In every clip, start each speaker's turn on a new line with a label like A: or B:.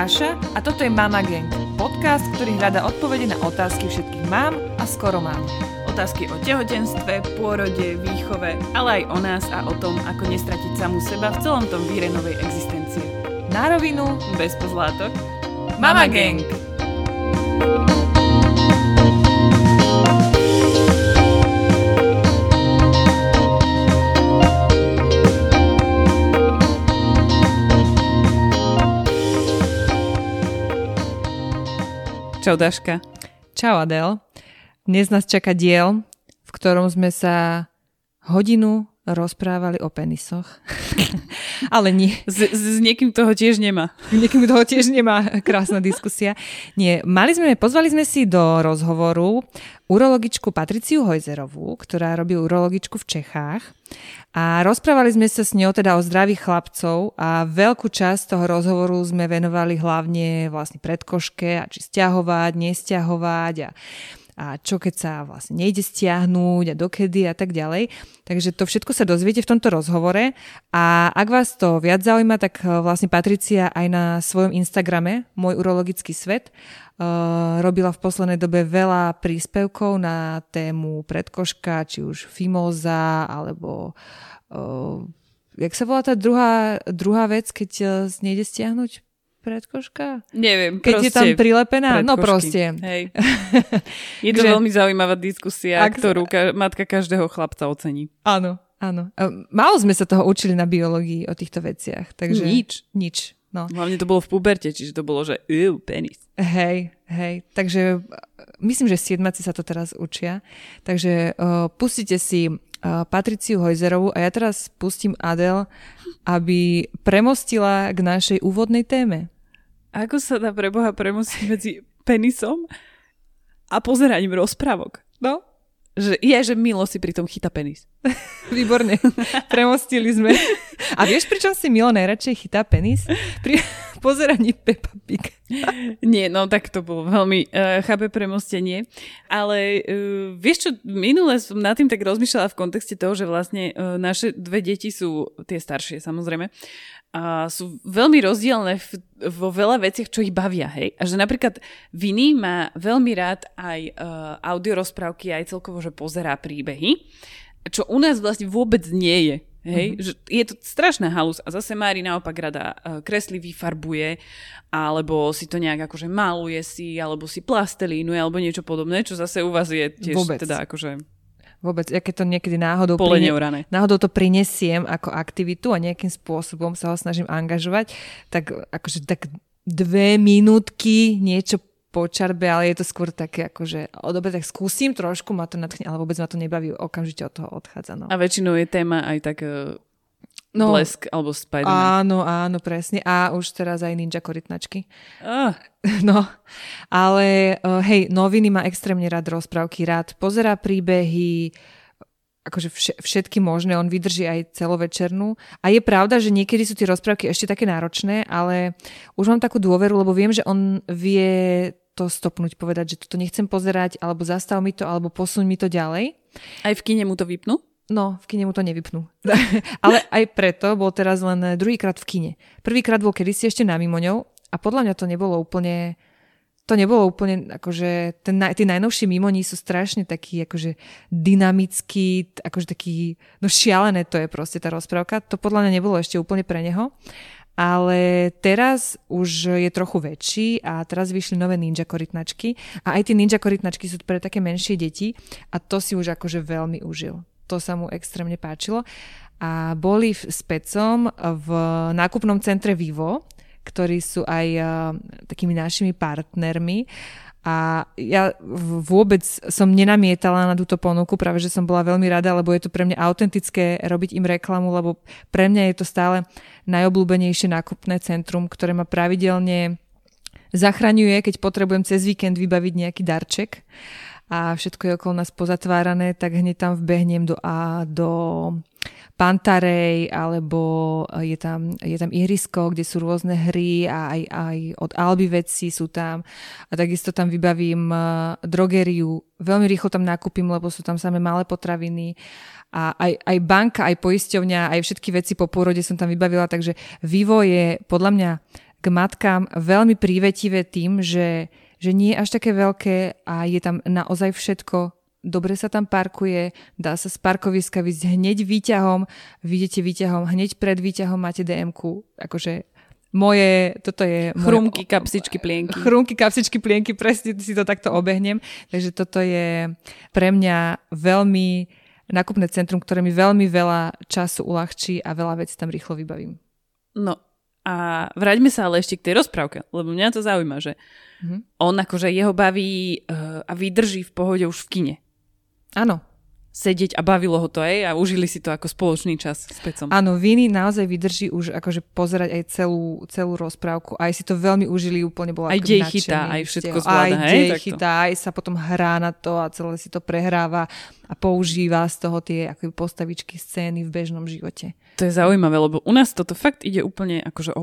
A: Dáša a toto je Mama Gang, podcast, ktorý hľadá odpovede na otázky všetkých mám a skoro mám.
B: Otázky o tehotenstve, pôrode, výchove, ale aj o nás a o tom, ako nestratiť samú seba v celom tom víre novej existencie.
A: Na rovinu,
B: bez pozlátok.
A: Mama Gang!
B: Čau Dáška.
A: Čau Adel. Dnes nás čaká diel, v ktorom sme sa hodinu rozprávali o penisoch. Ale nie.
B: S niekým toho tiež nemá.
A: Niekým toho tiež nemá. Krásna diskusia. Nie. Pozvali sme si do rozhovoru urologičku Patriciu Hojzerovú, ktorá robí urologičku v Čechách. A rozprávali sme sa s ňou teda o zdraví chlapcov a veľkú časť toho rozhovoru sme venovali hlavne vlastne predkoške a či sťahovať, nesťahovať a čo keď sa vlastne nejde stiahnuť a dokedy a tak ďalej. Takže to všetko sa dozviete v tomto rozhovore a ak vás to viac zaujíma, tak vlastne Patricia aj na svojom Instagrame Môj urologický svet robila v poslednej dobe veľa príspevkov na tému predkoška, či už fimóza, alebo jak sa volá tá druhá vec, keď nejde stiahnuť predkoška?
B: Neviem,
A: keď je tam prilepená? No proste.
B: Hej. Je to veľmi zaujímavá diskusia, ktorú matka každého chlapca ocení.
A: Áno, áno. Málo sme sa toho učili na biológii o týchto veciach. Takže nič. No.
B: Hlavne to bolo v puberte, čiže to bolo, že penis.
A: Hej. Takže myslím, že siedmaci sa to teraz učia. Takže pustite si Patriciu Hojzerovú a ja teraz pustím Adel, aby premostila k našej úvodnej téme.
B: Ako sa dá pre Boha premostiť medzi penisom a pozeraním rozprávok?
A: No.
B: Že Milo si pritom chytá penis.
A: Výborne. Premostili sme. A vieš, pričom si Milo najradšej chytá penis? Pri pozeraní Peppa Pig.
B: Nie, no tak to bolo veľmi chápe premostenie. Ale vieš čo, minule som nad tým tak rozmýšľala v kontexte toho, že vlastne naše dve deti sú tie staršie, samozrejme. A sú veľmi rozdielne vo veľa veciach, čo ich bavia, hej. A že napríklad Vinny má veľmi rád aj audiorozprávky, aj celkovo, že pozerá príbehy, čo u nás vlastne vôbec nie je, hej. Že je to strašná halus a zase Mári naopak rada kreslí, vyfarbuje, alebo si to nejak akože maluje si, alebo si plastelínuje, alebo niečo podobné, čo zase u vás je tiež vôbec. Teda akože...
A: Vôbec, ja keď to niekedy náhodou to prinesiem ako aktivitu a nejakým spôsobom sa ho snažím angažovať, tak akože tak 2 minútky niečo po čarbe, ale je to skôr také akože, dobre, tak skúsim trošku, ma to nadchne, ale vôbec ma to nebaví, okamžite od toho odchádza. No.
B: A väčšinou je téma aj tak Blesk alebo Spider-Man.
A: Áno, presne. A už teraz aj Ninja korytnačky. No, ale hej, Noviny má extrémne rád rozprávky, rád pozerá príbehy, akože všetky možné, on vydrží aj celovečernú. A je pravda, že niekedy sú tie rozprávky ešte také náročné, ale už mám takú dôveru, lebo viem, že on vie to stopnúť, povedať, že toto nechcem pozerať, alebo zastav mi to, alebo posuň mi to ďalej.
B: Aj v kine mu to vypnú?
A: No, v kine mu to nevypnú. Ale aj preto bol teraz len druhýkrát v kine. Prvýkrát bol kedysi ešte na Mimoňov a podľa mňa to nebolo úplne akože tí najnovší Mimoní sú strašne takí akože dynamickí, akože taký, no šialené to je proste tá rozprávka. To podľa mňa nebolo ešte úplne pre neho. Ale teraz už je trochu väčší a teraz vyšli nové Ninja korytnačky a aj tie Ninja korytnačky sú pre také menšie deti a to si už akože veľmi užil. To sa mu extrémne páčilo. A boli s Pecom v nákupnom centre Vivo, ktorí sú aj takými našimi partnermi. A ja vôbec som nenamietala na túto ponuku, práve že som bola veľmi rada, lebo je to pre mňa autentické robiť im reklamu, lebo pre mňa je to stále najobľúbenejšie nákupné centrum, ktoré ma pravidelne zachraňuje, keď potrebujem cez víkend vybaviť nejaký darček. A všetko je okolo nás pozatvárané, tak hneď tam vbehnem do Pantarej, alebo je tam ihrisko, kde sú rôzne hry a aj od Alby veci sú tam. A takisto tam vybavím drogériu. Veľmi rýchlo tam nakúpim, lebo sú tam samé malé potraviny. A aj banka, aj poisťovňa, aj všetky veci po pôrode som tam vybavila, takže Vivo je podľa mňa k matkám veľmi prívetivé tým, že nie je až také veľké a je tam naozaj všetko. Dobre sa tam parkuje, dá sa z parkoviska výjsť hneď výťahom, vyjdete výťahom, hneď pred výťahom máte DM-ku. Akože toto je...
B: Chrumky, kapsičky, plienky.
A: Chrumky, kapsičky, plienky, presne si to takto obehnem. Takže toto je pre mňa veľmi nákupné centrum, ktoré mi veľmi veľa času uľahčí a veľa vecí tam rýchlo vybavím.
B: No a vráťme sa ale ešte k tej rozprávke, lebo mňa to zaujíma, že on akože jeho baví a vydrží v pohode už v kine.
A: Áno.
B: Sedieť a bavilo ho to aj a užili si to ako spoločný čas s Pecom.
A: Áno, Vini naozaj vydrží už akože pozerať aj celú rozprávku. Aj si to veľmi užili, úplne bola
B: aj dej chytá, aj všetko zvláda.
A: Aj dej chytá, aj sa potom hrá na to a celé si to prehráva a používa z toho tie akoby postavičky, scény v bežnom živote.
B: To je zaujímavé, lebo u nás toto fakt ide úplne akože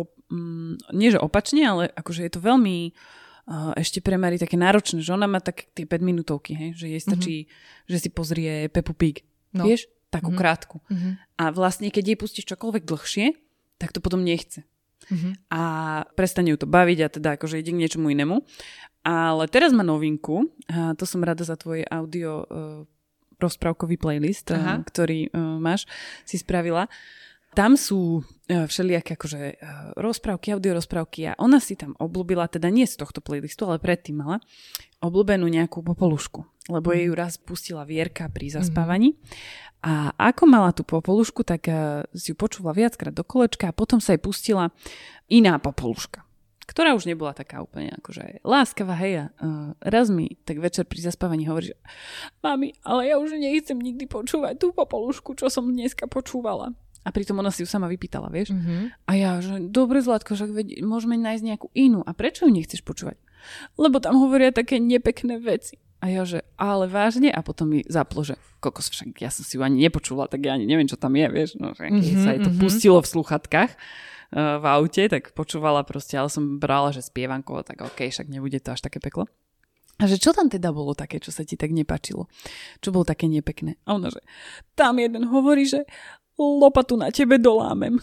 B: nie že opačne, ale akože je to veľmi ešte pre Mari také náročné, že ona má tak tie 5 minútovky, hej? Že jej stačí, že si pozrie Peppu Pig. No. Vieš? Takú krátku. A vlastne, keď jej pustíš čokoľvek dlhšie, tak to potom nechce. A prestane ju to baviť a teda akože ide k niečomu inému. Ale teraz má novinku, a to som rada za tvoj audio rozprávkový playlist, ktorý máš, si spravila. Tam sú všelijaké akože rozprávky, audiorozprávky a ona si tam obľúbila, teda nie z tohto playlistu, ale predtým mala obľúbenú nejakú popolušku, lebo jej ju raz pustila Vierka pri zaspávaní a ako mala tú popolušku, tak si ju počula viackrát do kolečka a potom sa jej pustila iná popoluška, ktorá už nebola taká úplne akože láskavá, hej. Raz mi tak večer pri zaspávaní hovorí, že mami, ale ja už nechcem nikdy počúvať tú popolušku, čo som dneska počúvala. A pritom ona si ju sama vypýtala, vieš? A ja, že dobre Zlatko, že môžeme nájsť nejakú inú. A prečo ju nechceš počúvať? Lebo tam hovoria také nepekné veci. A ja, že ale vážne? A potom mi zaplo, že kokos, však ja som si ju ani nepočula, tak ja ani neviem, čo tam je, vieš? No, že sa jej to pustilo v sluchatkách v aute, tak počúvala proste, ale som brala, že spievanko, tak okej, však nebude to až také peklo. A že čo tam teda bolo také, čo sa ti tak nepáčilo? Čo bolo také nepekné? A ona, že tam jeden hovorí, že lopatu na tebe dolámem.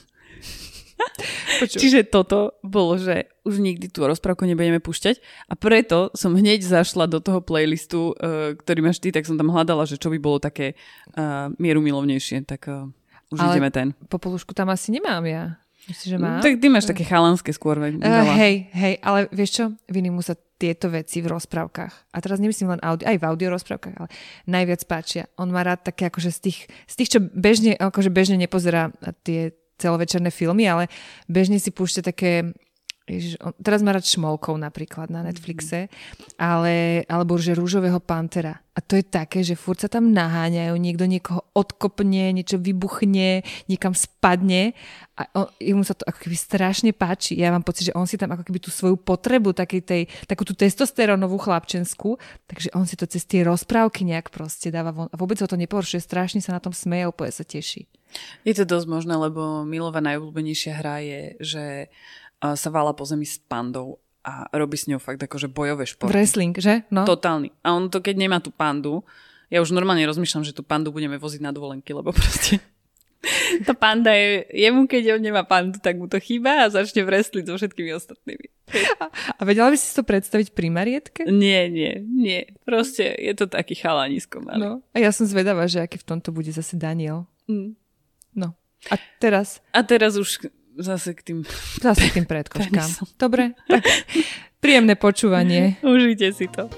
B: Čiže toto bolo, že už nikdy tú rozprávku nebudeme púšťať a preto som hneď zašla do toho playlistu, ktorý máš ty, tak som tam hľadala, že čo by bolo také mierumilovnejšie, tak už ideme ten.
A: Popolušku tam asi nemám ja. Myslíš, že mám?
B: Tak ty máš také chalanské skôr.
A: Hej, ale vieš čo? Viny mu sa tieto veci v rozprávkach. A teraz nemyslím len aj v audio rozprávkach, ale najviac páčia. On má rád také akože z tých, čo bežne nepozerá tie celovečerné filmy, ale bežne si púšťa také... teraz má rád Šmolkov napríklad na Netflixe, alebo že Rúžového pantera. A to je také, že furt sa tam naháňajú, niekto niekoho odkopne, niečo vybuchne, niekam spadne a mu sa to ako keby strašne páči. Ja mám pocit, že on si tam ako keby tú svoju potrebu takú tú testosterónovú chlapčenskú, takže on si to cez tie rozprávky nejak proste dáva von. A vôbec ho to neporušuje, strašne sa na tom smeje a úplne sa teší.
B: Je to dosť možné, lebo Milova najobľúbenejšia hra je, že sa vála po zemi s pandou a robí s ňou fakt akože bojové športy.
A: Wrestling, že? No.
B: Totálny. A on to, keď nemá tú pandu, ja už normálne rozmýšľam, že tú pandu budeme voziť na dovolenky, lebo proste tá panda jemu, keď on nemá pandu, tak mu to chýba a začne wrestliť so všetkými ostatnými.
A: A vedela by si to predstaviť pri Marietke?
B: Nie. Proste je to taký chalanisko.
A: No. A ja som zvedavá, že aký v tomto bude zase Daniel. No. A teraz
B: už zase k tým
A: predkoškám. Dobre, tak príjemné počúvanie.
B: Užite si to.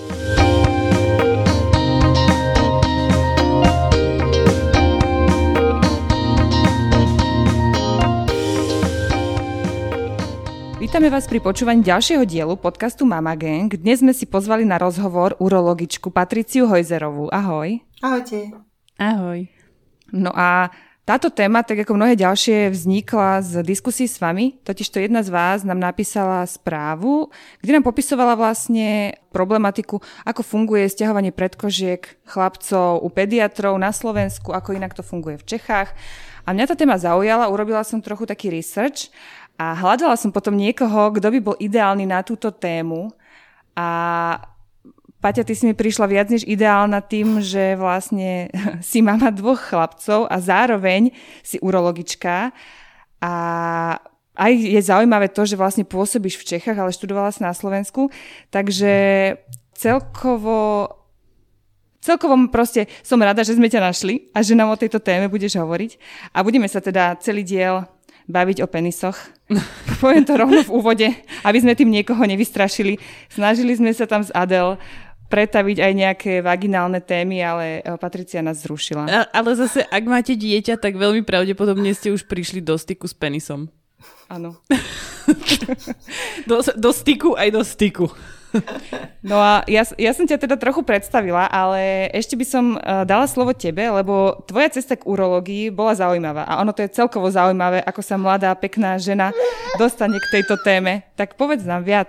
A: Vítame vás pri počúvaní ďalšieho dielu podcastu Mama Gang. Dnes sme si pozvali na rozhovor urologičku Patriciu Hojzerovú. Ahoj.
C: Ahojte.
B: Ahoj.
A: No a táto téma, tak ako mnohé ďalšie, vznikla z diskusí s vami. Totižto jedna z vás nám napísala správu, kde nám popisovala vlastne problematiku, ako funguje sťahovanie predkožiek chlapcov u pediatrov na Slovensku, ako inak to funguje v Čechách. A mňa tá téma zaujala, urobila som trochu taký research a hľadala som potom niekoho, kto by bol ideálny na túto tému. A Paťa, ty si mi prišla viac než ideálna tým, že vlastne si mama 2 chlapcov a zároveň si urologička a aj je zaujímavé to, že vlastne pôsobíš v Čechách, ale študovala si na Slovensku, takže celkovo proste som rada, že sme ťa našli a že nám o tejto téme budeš hovoriť a budeme sa teda celý diel baviť o penisoch. Poviem to rovno v úvode, aby sme tým niekoho nevystrašili. Snažili sme sa tam s Adel pretaviť aj nejaké vaginálne témy, ale Patricia nás zrušila.
B: Ale zase, ak máte dieťa, tak veľmi pravdepodobne ste už prišli do styku s penisom.
A: Áno.
B: do styku aj do styku.
A: No a ja som ťa teda trochu predstavila, ale ešte by som dala slovo tebe, lebo tvoja cesta k urológii bola zaujímavá a ono to je celkovo zaujímavé, ako sa mladá, pekná žena dostane k tejto téme. Tak povedz nám viac.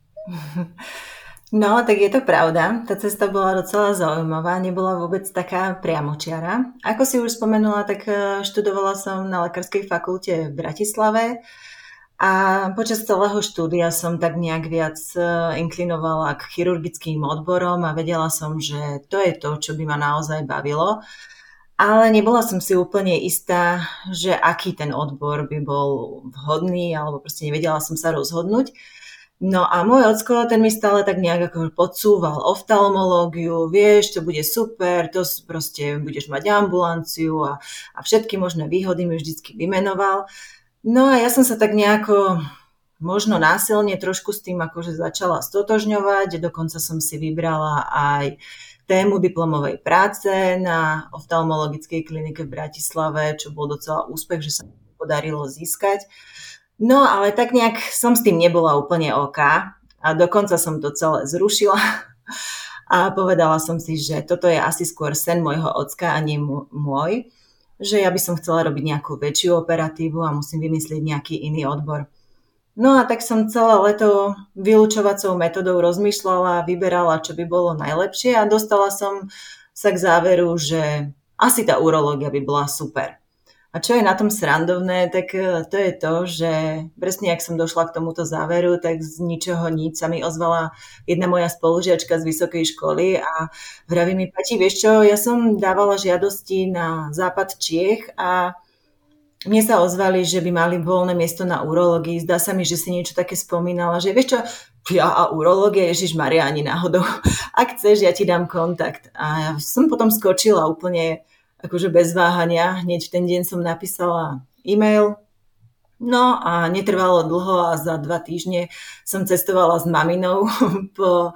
C: No, tak je to pravda. Tá cesta bola docela zaujímavá, nebola vôbec taká priamočiara. Ako si už spomenula, tak študovala som na lekárskej fakulte v Bratislave a počas celého štúdia som tak nejak viac inklinovala k chirurgickým odborom a vedela som, že to je to, čo by ma naozaj bavilo. Ale nebola som si úplne istá, že aký ten odbor by bol vhodný, alebo proste nevedela som sa rozhodnúť. No a môj ocko, ten mi stále tak nejak ako podsúval oftalmológiu, vieš, to bude super, to proste budeš mať ambulanciu a všetky možné výhody mi vždycky vymenoval. No a ja som sa tak nejako možno násilne trošku s tým akože začala stotožňovať, dokonca som si vybrala aj tému diplomovej práce na oftalmologickej klinike v Bratislave, čo bol docela úspech, že sa mi podarilo získať. No, ale tak nejak som s tým nebola úplne OK a dokonca som to celé zrušila a povedala som si, že toto je asi skôr sen môjho ocka a nie môj, že ja by som chcela robiť nejakú väčšiu operatívu a musím vymyslieť nejaký iný odbor. No a tak som celé leto vylučovacou metodou rozmýšľala, vyberala, čo by bolo najlepšie a dostala som sa k záveru, že asi tá urológia by bola super. A čo je na tom srandovné, tak to je to, že presne ak som došla k tomuto záveru, tak z ničoho nič sa mi ozvala jedna moja spolužiačka z vysokej školy a vraví mi, Pati, vieš čo, ja som dávala žiadosti na západ Čiech a mne sa ozvali, že by mali voľné miesto na urológii. Zdá sa mi, že si niečo také spomínala, že vieš čo, ja a urológia, Ježišmaria, ani náhodou. Ak chceš, ja ti dám kontakt. A ja som potom skočila úplne akože bez váhania. Hneď v ten deň som napísala e-mail. No a netrvalo dlho a za 2 týždne som cestovala s maminou po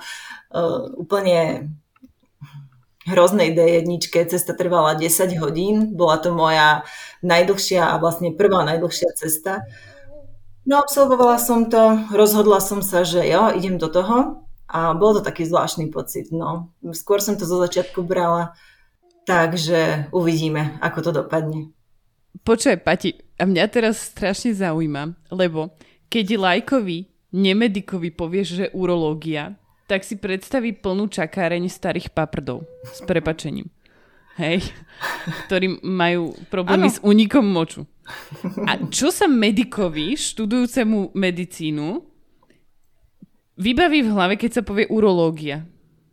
C: úplne hroznej D1. Cesta trvala 10 hodín. Bola to moja najdlhšia a vlastne prvá najdlhšia cesta. No absolvovala som to, rozhodla som sa, že jo, idem do toho a bol to taký zvláštny pocit. No, skôr som to zo začiatku brala, takže uvidíme, ako to dopadne.
B: Počkaj, Pati, a mňa teraz strašne zaujíma, lebo keď lajkovi, nemedikovi povieš, že urológia, tak si predstaví plnú čakáreň starých paprdov s prepačením. Hej, ktorí majú problémy s únikom moču. A čo sa medikovi, študujúcemu medicínu, vybaví v hlave, keď sa povie urológia?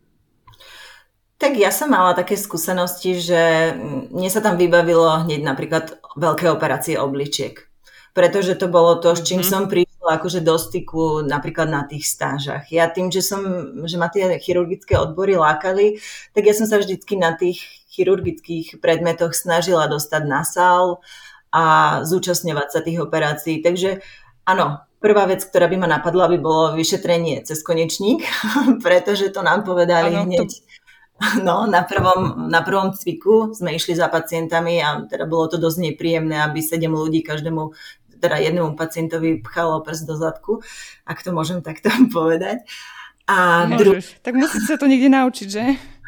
C: Tak ja som mala také skúsenosti, že mne sa tam vybavilo hneď napríklad veľké operácie obličiek. Pretože to bolo to, s čím som prišla akože do styku napríklad na tých stážach. Ja tým, že ma tie chirurgické odbory lákali, tak ja som sa vždycky na tých chirurgických predmetoch snažila dostať na sál a zúčastňovať sa tých operácií. Takže áno, prvá vec, ktorá by ma napadla, by bolo vyšetrenie cez konečník, pretože to nám povedali hneď. No, na prvom cviku sme išli za pacientami a teda bolo to dosť nepríjemné, aby 7 ľudí každému, teda jednému pacientovi pchalo prst do zadku, ak to môžem takto povedať. A
A: tak musíte sa to niekde naučiť, že?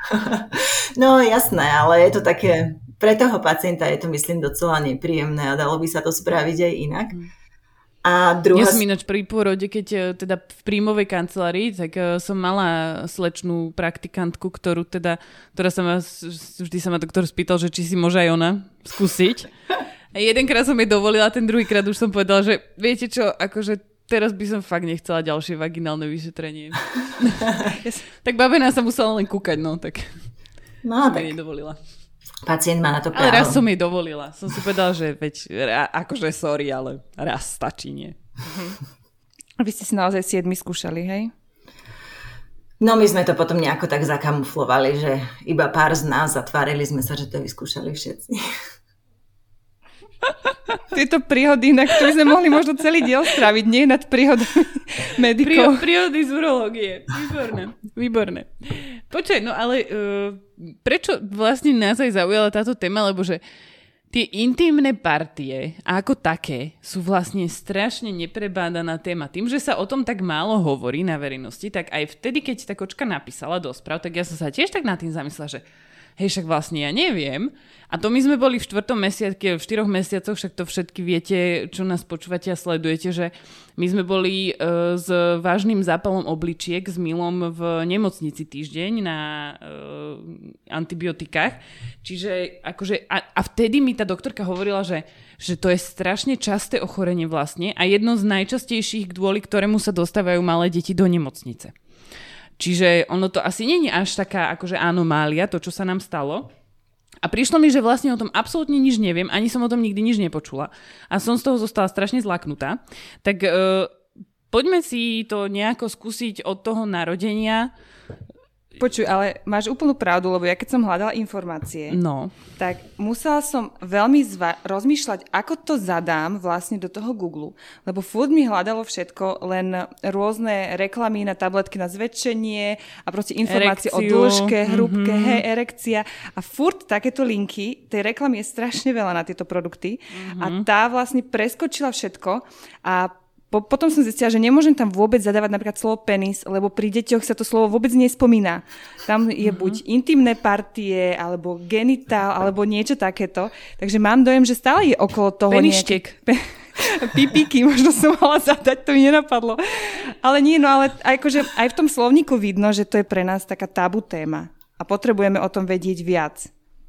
C: No jasné, ale je to také, pre toho pacienta je to myslím docela nepríjemné a dalo by sa to spraviť aj inak. A druhá...
B: Ja som ináč pri pôrode, keď teda v príjmovej kancelárii, tak som mala slečnú praktikantku, ktorá vždy sa ma doktor spýtal, že či si môže aj ona skúsiť. A jedenkrát som jej dovolila, ten druhýkrát už som povedala, že viete čo, akože teraz by som fakt nechcela ďalšie vaginálne vyšetrenie. Tak babena sa musela len kúkať, no tak som jej nedovolila.
C: Pacient má na to právo.
B: Ale raz som jej dovolila. Som si povedala, že akože sorry, ale raz stačí, nie?
A: Vy ste si naozaj 7 skúšali, hej?
C: No my sme to potom nejako tak zakamuflovali, že iba pár z nás zatvárili sme sa, že to vyskúšali všetci.
A: Tieto príhody, na ktoré sme mohli možno celý diel stráviť, nie nad príhodami medikov.
B: Príhody z urológie. Výborné. Počkaj, no ale prečo vlastne nás aj zaujala táto téma, lebo že tie intimné partie ako také sú vlastne strašne neprebádaná téma. Tým, že sa o tom tak málo hovorí na verejnosti, tak aj vtedy, keď tá kočka napísala do správ, tak ja som sa tiež tak nad tým zamyslela, že hej, však vlastne ja neviem. A to my sme boli v 4. mesiaci, v 4 mesiacoch, však to všetky viete, čo nás počúvate a sledujete, že my sme boli s vážnym zápalom obličiek s Milom v nemocnici týždeň na antibiotikách. Čiže akože, a vtedy mi tá doktorka hovorila, že to je strašne časté ochorenie vlastne a jedno z najčastejších, kvôli ktorému sa dostávajú malé deti do nemocnice. Čiže ono to asi nie je až taká akože anomália, to, čo sa nám stalo. A prišlo mi, že vlastne o tom absolútne nič neviem, ani som o tom nikdy nič nepočula. A som z toho zostala strašne zlaknutá. Tak poďme si to nejako skúsiť od toho narodenia.
A: Počuj, ale máš úplnú pravdu, lebo ja keď som hľadala informácie, tak musela som veľmi rozmýšľať, ako to zadám vlastne do toho Google, lebo furt mi hľadalo všetko, len rôzne reklamy na tabletky na zväčšenie a proste informácie o dĺžke, hrúbke, erekcia a furt takéto linky, tej reklamy je strašne veľa na tieto produkty a tá vlastne preskočila všetko a potom som zistila, že nemôžem tam vôbec zadávať napríklad slovo penis, lebo pri deťoch sa to slovo vôbec nespomína. Tam je buď intimné partie, alebo genitál, alebo niečo takéto. Takže mám dojem, že stále je okolo toho
B: Peništek.
A: Pipíky možno som mala zadať, to mi nenapadlo. Ale nie, no ale akože aj v tom slovníku vidno, že to je pre nás taká tabu téma. A potrebujeme o tom vedieť viac.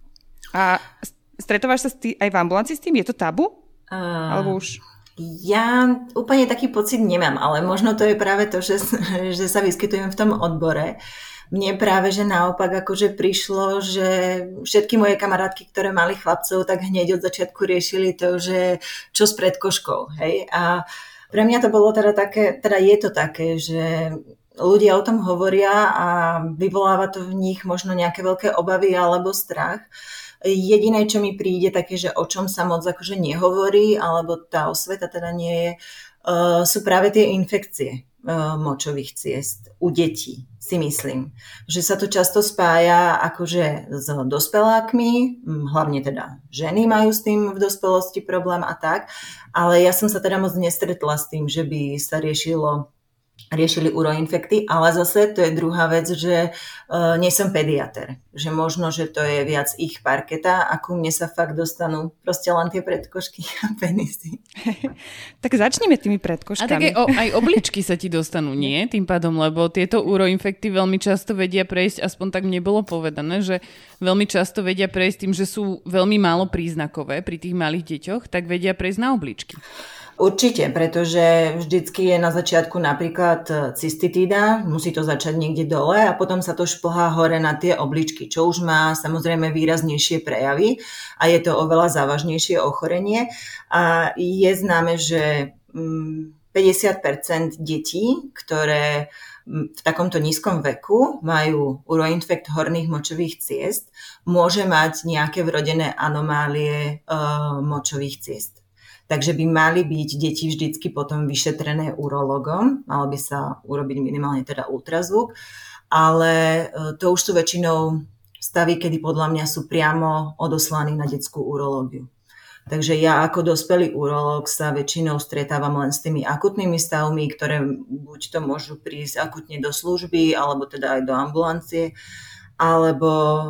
A: A stretováš sa aj v ambulancii s tým? Je to tabu? Alebo už...
C: Ja úplne taký pocit nemám, ale možno to je práve to, že sa vyskytujem v tom odbore. Mne práve, že naopak akože prišlo, že všetky moje kamarátky, ktoré mali chlapcov, tak hneď od začiatku riešili to, že čo s predkoškou, hej. A pre mňa to bolo teda také, teda je to také, že ľudia o tom hovoria a vyvoláva to v nich možno nejaké veľké obavy alebo strach. Jediné, čo mi príde také, že o čom sa moc akože nehovorí, alebo tá osveta teda nie je, sú práve tie infekcie močových ciest u detí, si myslím. Že sa to často spája akože s dospelákmi, hlavne teda ženy majú s tým v dospelosti problém a tak, ale ja som sa teda moc nestretla s tým, že by sa riešili uroinfekty, ale zase to je druhá vec, že nie som pediater. Že možno, že to je viac ich parketa a ku mne sa fakt dostanú proste len tie predkošky a penisy.
A: Tak začneme tými predkoškami.
B: A tak aj obličky sa ti dostanú, nie? Tým pádom, lebo tieto uroinfekty veľmi často vedia prejsť, aspoň tak mne bolo povedané, že veľmi často vedia prejsť tým, že sú veľmi málo príznakové pri tých malých deťoch, tak vedia prejsť na obličky.
C: Určite, pretože vždycky je na začiatku napríklad cystitída, musí to začať niekde dole a potom sa to šplhá hore na tie obličky, čo už má samozrejme výraznejšie prejavy a je to oveľa závažnejšie ochorenie. A je známe, že 50% detí, ktoré v takomto nízkom veku majú uroinfekt horných močových ciest, môže mať nejaké vrodené anomálie močových ciest. Takže by mali byť deti vždycky potom vyšetrené urologom, malo by sa urobiť minimálne teda ultrazvuk, ale to už sú väčšinou stavy, kedy podľa mňa sú priamo odoslaní na detskú urológiu. Takže ja ako dospelý urológ sa väčšinou stretávam len s tými akutnými stavmi, ktoré buď to môžu prísť akutne do služby, alebo teda aj do ambulancie, alebo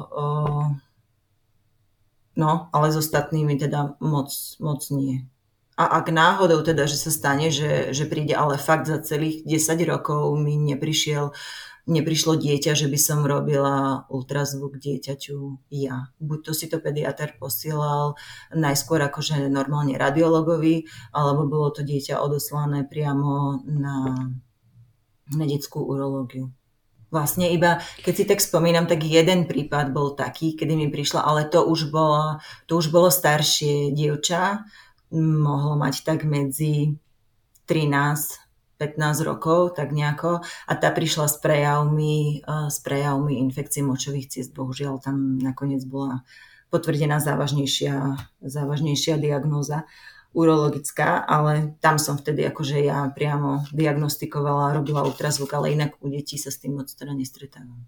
C: ale s ostatnými teda moc nie. A ak náhodou teda, že sa stane, že príde, ale fakt za celých 10 rokov mi neprišlo dieťa, že by som robila ultrazvuk dieťaťu ja. Buď to si to pediater posielal najskôr akože normálne radiologovi, alebo bolo to dieťa odoslané priamo na detskú urológiu. Vlastne iba, keď si tak spomínam, tak jeden prípad bol taký, kedy mi prišla, ale to už bolo staršie dievča, mohlo mať tak medzi 13-15 rokov, tak nejako, a tá prišla s prejavmi infekcie močových ciest. Bohužiaľ tam nakoniec bola potvrdená závažnejšia diagnóza urologická, ale tam som vtedy akože ja priamo diagnostikovala, robila ultrazvuk, ale inak u detí sa s tým moc teda nestretávam.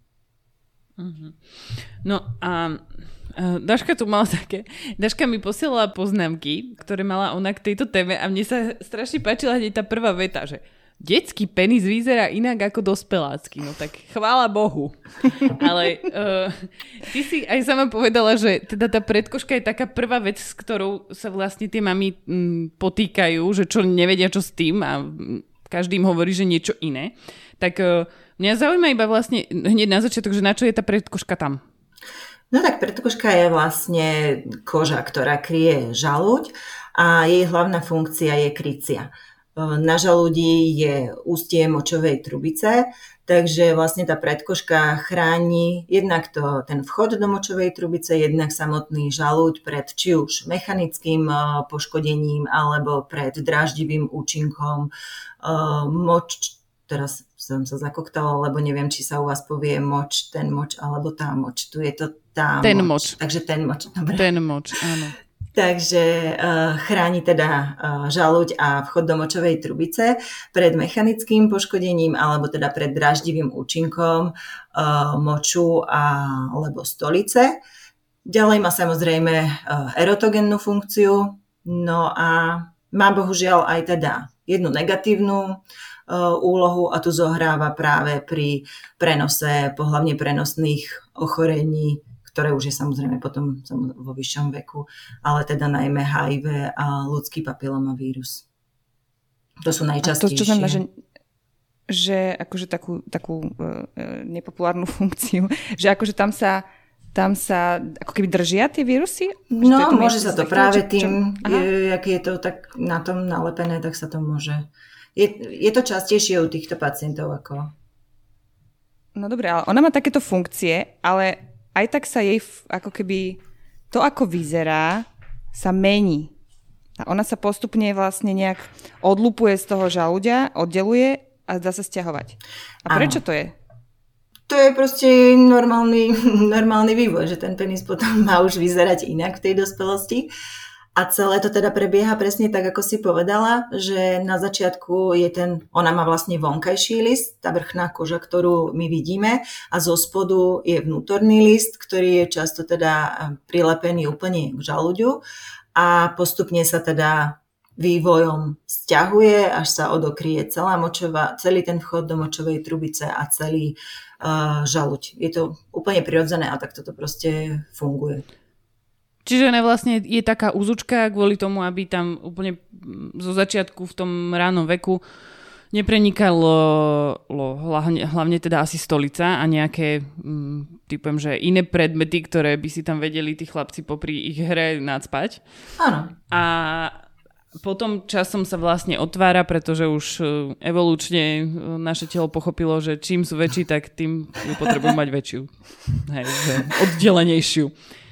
B: No a Daška tu mala také, Daška mi posielala poznámky, ktoré mala ona k tejto téme a mne sa strašne páčila hneď tá prvá veta, že detský penis vyzerá inak ako dospelácky. No tak chvála Bohu. Ale ty si aj sama povedala, že teda tá predkožka je taká prvá vec, s ktorou sa vlastne tie mami potýkajú, že čo nevedia čo s tým a každý im hovorí, že niečo iné. Tak mňa zaujíma iba vlastne hneď na začiatok, že na čo je tá predkožka tam?
C: No tak predkožka je vlastne koža, ktorá kryje žalúď a jej hlavná funkcia je krycia. Na žalúdi je ústie močovej trubice, takže vlastne tá predkožka chráni jednak ten vchod do močovej trubice, jednak samotný žalúď pred či už mechanickým poškodením alebo pred dráždivým účinkom teraz som sa zakoktala, lebo neviem, či sa u vás povie ten moč alebo tá moč. Tu je to tá moč. Takže ten moč. Dobre.
B: Ten moč, áno.
C: Takže chráni teda žalúď a vchod do močovej trubice pred mechanickým poškodením alebo teda pred dráždivým účinkom moču alebo stolice. Ďalej má samozrejme erotogennú funkciu, no a má bohužiaľ aj teda jednu negatívnu úlohu a tu zohráva práve pri prenose pohlavne prenosných ochorení, ktoré už je samozrejme potom vo vyššom veku, ale teda najmä HIV a ľudský papilomavírus. To sú najčastejšie.
A: A to, čo znamená, že akože takú nepopulárnu funkciu, že akože tam sa ako keby držia tie vírusy?
C: No, môže sa to práve tým, jak je to tak na tom nalepené, tak sa to môže. Je to častejšie u týchto pacientov ako.
A: No dobre, ale ona má takéto funkcie, ale aj tak sa jej ako keby to, ako vyzerá, sa mení. A ona sa postupne vlastne nejak odlupuje z toho žalúďa, oddeluje a dá sa sťahovať. A prečo to je?
C: To je proste normálny vývoj, že ten penis potom má už vyzerať inak v tej dospelosti. A celé to teda prebieha presne tak, ako si povedala, že na začiatku ona má vlastne vonkajší list, tá vrchná koža, ktorú my vidíme, a zo spodu je vnútorný list, ktorý je často teda prilepený úplne k žalúďu a postupne sa teda vývojom sťahuje, až sa odokrie celý ten vchod do močovej trubice a celý žalúď. Je to úplne prirodzené a takto to proste funguje.
B: Čiže ona vlastne je taká úzučka kvôli tomu, aby tam úplne zo začiatku v tom ránom veku neprenikalo hlavne teda asi stolica a nejaké typujem, že iné predmety, ktoré by si tam vedeli tí chlapci popri ich hre nacpať.
C: Áno.
B: A potom časom sa vlastne otvára, pretože už evolučne naše telo pochopilo, že čím sú väčší, tak tým potrebujú mať väčšiu. Hej, oddelenejšiu.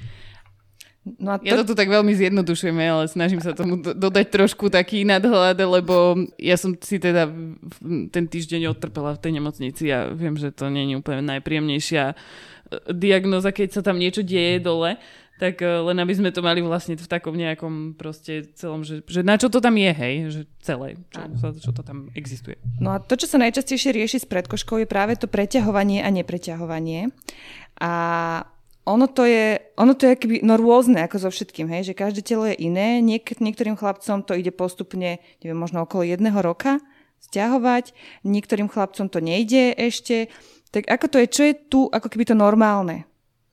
B: No ja to tu tak veľmi zjednodušujem, ale snažím sa tomu dodať trošku taký nadhľad, lebo ja som si teda ten týždeň odtrpela v tej nemocnici a viem, že to nie je úplne najpríjemnejšia diagnóza, keď sa tam niečo deje dole, tak len aby sme to mali vlastne v takom nejakom proste celom, že na čo to tam je, hej, že celé, čo to tam existuje.
A: No a to, čo sa najčastejšie rieši s predkožkou, je práve to preťahovanie a nepreťahovanie. A ono to je akoby, rôzne ako so všetkým, hej, že každé telo je iné. Niektorým chlapcom to ide postupne, neviem, možno okolo 1 roka sťahovať, niektorým chlapcom to nejde ešte. Tak ako to je, čo je tu ako keby to normálne?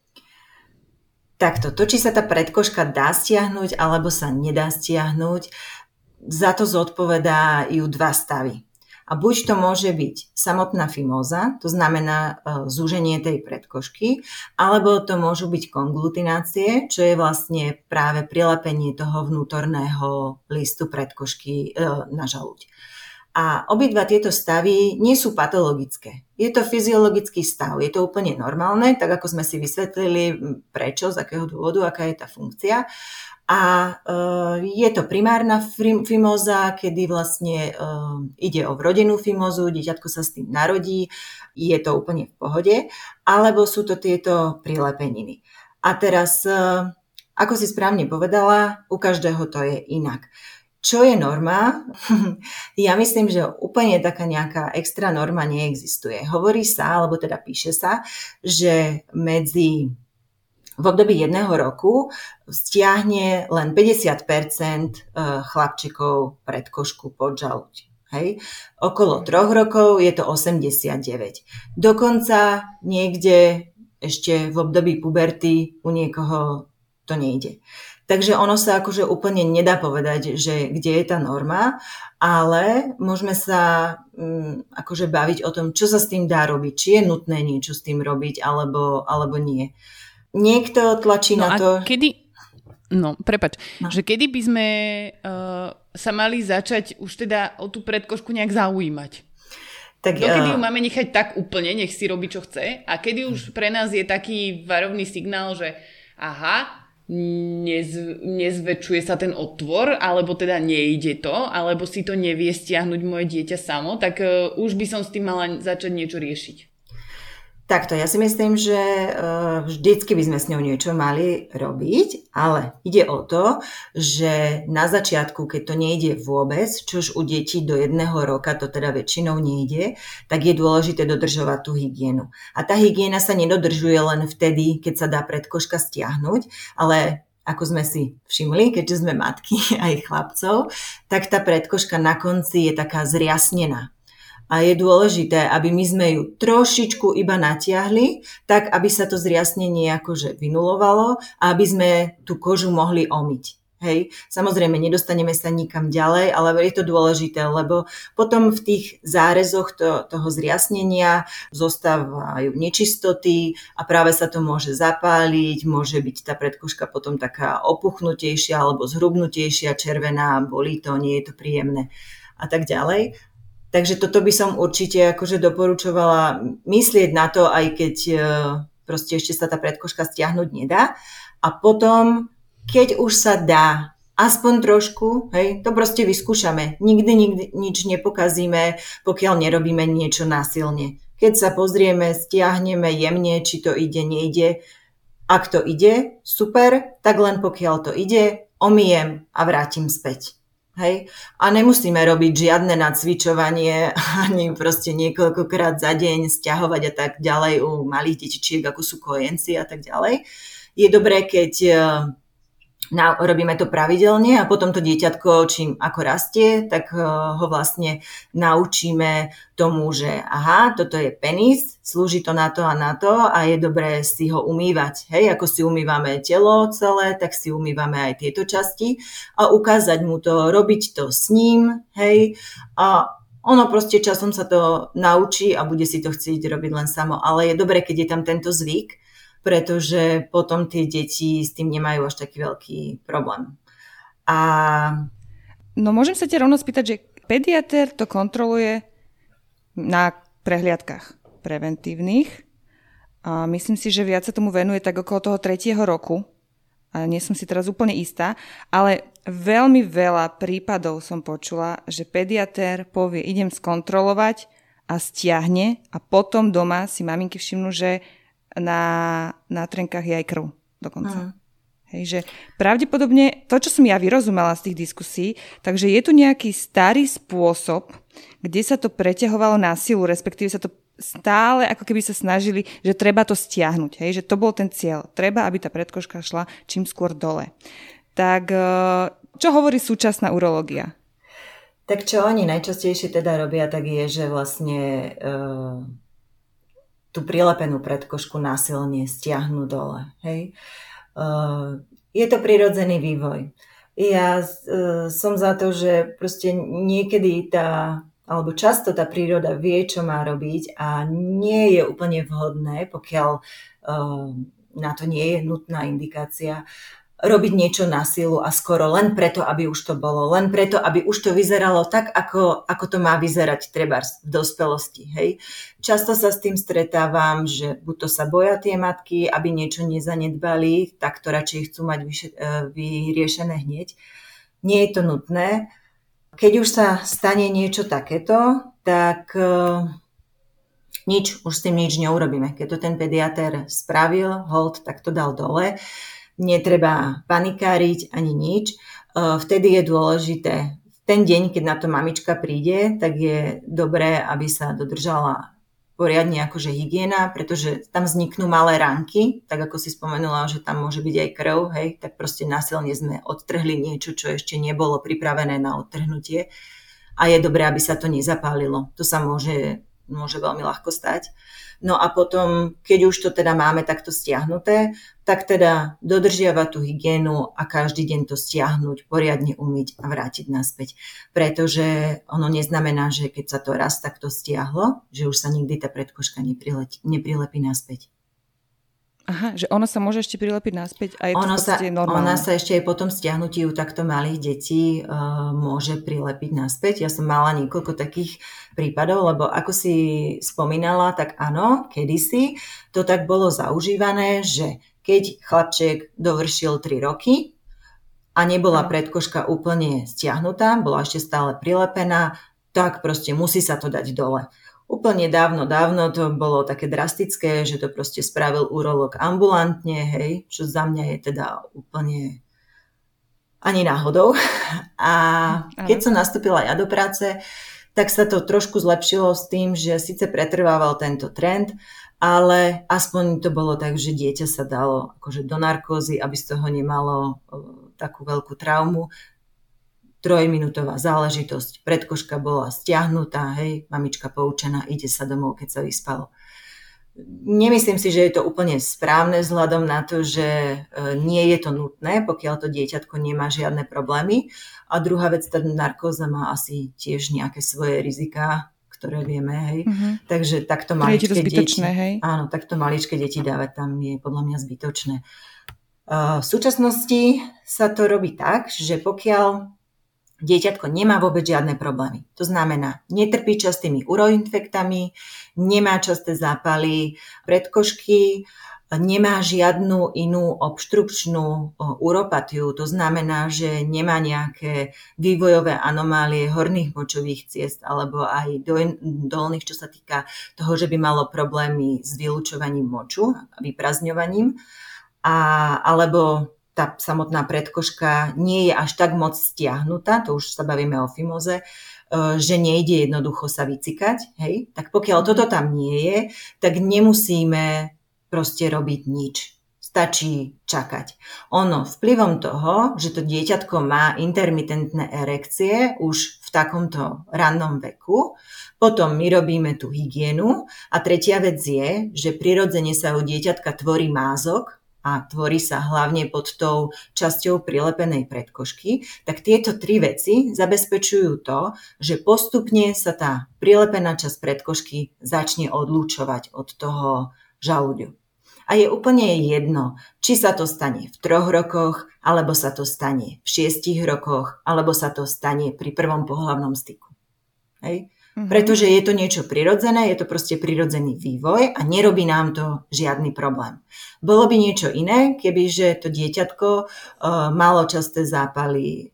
C: Takto, to, či sa tá predkožka dá stiahnuť alebo sa nedá stiahnuť, za to zodpovedajú 2 stavy. A buď to môže byť samotná fimóza, to znamená zúženie tej predkožky, alebo to môžu byť konglutinácie, čo je vlastne práve prilepenie toho vnútorného listu predkožky na žalúď. A obidva tieto stavy nie sú patologické. Je to fyziologický stav, je to úplne normálne, tak ako sme si vysvetlili prečo, z akého dôvodu, aká je tá funkcia. A je to primárna fimóza, kedy vlastne ide o vrodenú fimózu, dieťatko sa s tým narodí, je to úplne v pohode, alebo sú to tieto prilepeniny. A teraz, ako si správne povedala, u každého to je inak. Čo je norma? Ja myslím, že úplne taká nejaká extra norma neexistuje. Hovorí sa, alebo teda píše sa, že v období 1 roku stiahne len 50% chlapčekov predkošku pod žalúď. Hej. Okolo 3 rokov je to 89. Dokonca niekde ešte v období puberty u niekoho to nejde. Takže ono sa akože úplne nedá povedať, že kde je tá norma, ale môžeme sa akože baviť o tom, čo sa s tým dá robiť, či je nutné niečo s tým robiť, alebo nie. Niekto tlačí na to...
B: Že kedy by sme sa mali začať už teda o tú predkošku nejak zaujímať? Dokedy ju máme nechať tak úplne, nech si robí, čo chce, a kedy už pre nás je taký varovný signál, že aha, nezväčšuje sa ten otvor, alebo teda nejde to, alebo si to nevie stiahnuť moje dieťa samo, tak už by som s tým mala začať niečo riešiť.
C: Takto, ja si myslím, že vždycky by sme s ňou niečo mali robiť, ale ide o to, že na začiatku, keď to nejde vôbec, čož u detí do 1 roka to teda väčšinou nejde, tak je dôležité dodržovať tú hygienu. A tá hygiena sa nedodržuje len vtedy, keď sa dá predkoška stiahnuť, ale ako sme si všimli, keďže sme matky aj chlapcov, tak tá predkoška na konci je taká zriasnená. A je dôležité, aby my sme ju trošičku iba natiahli, tak aby sa to zriasnenie akože vynulovalo a aby sme tú kožu mohli omyť. Hej. Samozrejme, nedostaneme sa nikam ďalej, ale je to dôležité, lebo potom v tých zárezoch toho zriasnenia zostávajú nečistoty a práve sa to môže zapáliť, môže byť tá predkoška potom taká opuchnutejšia alebo zhrubnutejšia, červená, bolí to, nie je to príjemné a tak ďalej. Takže toto by som určite akože doporučovala myslieť na to, aj keď proste ešte sa tá predkoška stiahnuť nedá. A potom, keď už sa dá, aspoň trošku, hej, to proste vyskúšame. Nikdy nič nepokazíme, pokiaľ nerobíme niečo násilne. Keď sa pozrieme, stiahneme jemne, či to ide, nejde. Ak to ide, super, tak len pokiaľ to ide, omyjem a vrátim späť. Hej. A nemusíme robiť žiadne nacvičovanie ani proste niekoľkokrát za deň stiahovať a tak ďalej u malých detičiek, ako sú kojenci a tak ďalej. Je dobré, keď robíme to pravidelne a potom to dieťatko, čím ako rastie, tak ho vlastne naučíme tomu, že aha, toto je penis, slúži to na to a je dobré si ho umývať. Hej, ako si umývame telo celé, tak si umývame aj tieto časti a ukázať mu to, robiť to s ním, hej, a ono proste časom sa to naučí a bude si to chcieť robiť len samo, ale je dobré, keď je tam tento zvyk, pretože potom tie deti s tým nemajú až taký veľký problém.
A: No môžem sa ťa rovno spýtať, že pediatér to kontroluje na prehliadkach preventívnych a myslím si, že viac sa tomu venuje tak okolo toho 3. roku a nie som si teraz úplne istá, ale veľmi veľa prípadov som počula, že pediatér povie, idem skontrolovať a stiahne a potom doma si maminky všimnú, že na trenkách je aj krv dokonca. Hej, že pravdepodobne to, čo som ja vyrozumela z tých diskusí, takže je tu nejaký starý spôsob, kde sa to preťahovalo na silu, respektíve sa to stále ako keby sa snažili, že treba to stiahnuť. Hej, že to bol ten cieľ. Treba, aby tá predkoška šla čím skôr dole. Tak čo hovorí súčasná urológia?
C: Tak čo oni najčastejšie teda robia, tak je, že vlastne tú prilepenú predkošku násilne stiahnu dole. Hej. Je to prirodzený vývoj. Ja som za to, že proste niekedy alebo často tá príroda vie, čo má robiť a nie je úplne vhodné, pokiaľ na to nie je nutná indikácia, robiť niečo na silu a skoro len preto, aby už to bolo, len preto, aby už to vyzeralo tak, ako to má vyzerať trebárs v dospelosti. Hej. Často sa s tým stretávam, že buď to sa boja tie matky, aby niečo nezanedbali, tak to radšej chcú mať vyriešené hneď. Nie je to nutné. Keď už sa stane niečo takéto, tak už s tým nič neurobíme. Keď to ten pediatér spravil, hold, tak to dal dole. Netreba panikáriť ani nič. Vtedy je dôležité, v ten deň, keď na to mamička príde, tak je dobré, aby sa dodržala poriadne akože hygiena, pretože tam vzniknú malé ránky, tak ako si spomenula, že tam môže byť aj krv, hej, tak proste násilne sme odtrhli niečo, čo ešte nebolo pripravené na odtrhnutie a je dobré, aby sa to nezapálilo. To sa môže veľmi ľahko stať. No a potom, keď už to teda máme takto stiahnuté, tak teda dodržiavať tú hygienu a každý deň to stiahnuť, poriadne umyť a vrátiť naspäť. Pretože ono neznamená, že keď sa to raz takto stiahlo, že už sa nikdy tá predkožka neprilepí naspäť.
A: Aha, že ono sa môže ešte prilepiť naspäť a je to v podstate normálne. Ona
C: sa ešte aj po tom stiahnutí u takto malých detí môže prilepiť naspäť. Ja som mala niekoľko takých prípadov, lebo ako si spomínala, tak áno, kedysi to tak bolo zaužívané, že keď chlapček dovršil 3 roky a nebola predkožka úplne stiahnutá, bola ešte stále prilepená, tak proste musí sa to dať dole. Úplne dávno to bolo také drastické, že to proste spravil urológ ambulantne, hej, čo za mňa je teda úplne ani náhodou. A keď som nastúpila ja do práce, tak sa to trošku zlepšilo s tým, že síce pretrvával tento trend, ale aspoň to bolo tak, že dieťa sa dalo akože do narkózy, aby z toho nemalo takú veľkú traumu. 3-minútová záležitosť, predkožka bola stiahnutá, hej, mamička poučená, ide sa domov, keď sa vyspalo. Nemyslím si, že je to úplne správne vzhľadom na to, že nie je to nutné, pokiaľ to dieťatko nemá žiadne problémy. A druhá vec, tá narkóza má asi tiež nejaké svoje riziká, ktoré vieme, hej. Takže takto maličké deti, áno, takto maličké deti dávať tam je podľa mňa zbytočné. V súčasnosti sa to robí tak, že pokiaľ dieťatko nemá vôbec žiadne problémy. To znamená, netrpí častými uroinfektami, nemá časté zápaly predkožky, nemá žiadnu inú obštrukčnú uropatiu. To znamená, že nemá nejaké vývojové anomálie horných močových ciest alebo aj dolných, čo sa týka toho, že by malo problémy s vylučovaním moču, vyprazňovaním, alebo tá samotná predkožka nie je až tak moc stiahnutá, to už sa bavíme o fimoze, že nejde jednoducho sa vycikať, hej? Tak pokiaľ toto tam nie je, tak nemusíme proste robiť nič. Stačí čakať. Ono vplyvom toho, že to dieťatko má intermitentné erekcie už v takomto rannom veku, potom my robíme tú hygienu a tretia vec je, že prirodzene sa u dieťatka tvorí mázok, a tvorí sa hlavne pod tou časťou prilepenej predkožky, tak tieto 3 veci zabezpečujú to, že postupne sa tá prilepená časť predkožky začne odlúčovať od toho žalúďu. A je úplne jedno, či sa to stane v 3 rokoch, alebo sa to stane v 6 rokoch, alebo sa to stane pri prvom pohlavnom styku. Hej? Pretože je to niečo prirodzené, je to proste prirodzený vývoj a nerobí nám to žiadny problém. Bolo by niečo iné, kebyže to dieťatko malo časté zápaly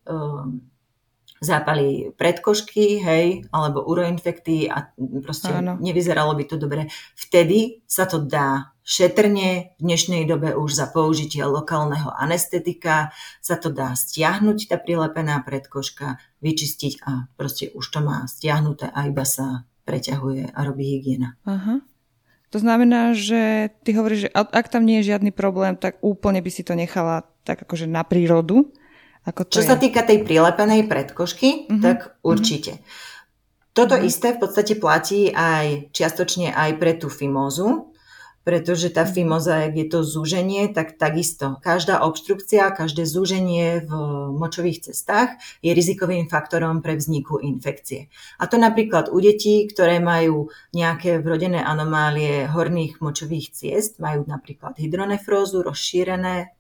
C: predkožky, hej, alebo uroinfekty a proste nevyzeralo by to dobre. Vtedy sa to dá šetrne, v dnešnej dobe už za použitie lokálneho anestetika sa to dá stiahnuť, tá prilepená predkožka, vyčistiť a proste už to má stiahnuté a iba sa preťahuje a robí hygiena.
A: Aha. To znamená, že ty hovoríš, že ak tam nie je žiadny problém, tak úplne by si to nechala tak akože na prírodu.
C: Čo sa týka tej prilepenej predkožky, tak určite. Toto isté v podstate platí aj čiastočne aj pre tú fimózu, pretože tá fimoza, ak je to zúženie, tak takisto. Každá obštrukcia, každé zúženie v močových cestách je rizikovým faktorom pre vzniku infekcie. A to napríklad u detí, ktoré majú nejaké vrodené anomálie horných močových ciest, majú napríklad hydronefrózu, rozšírené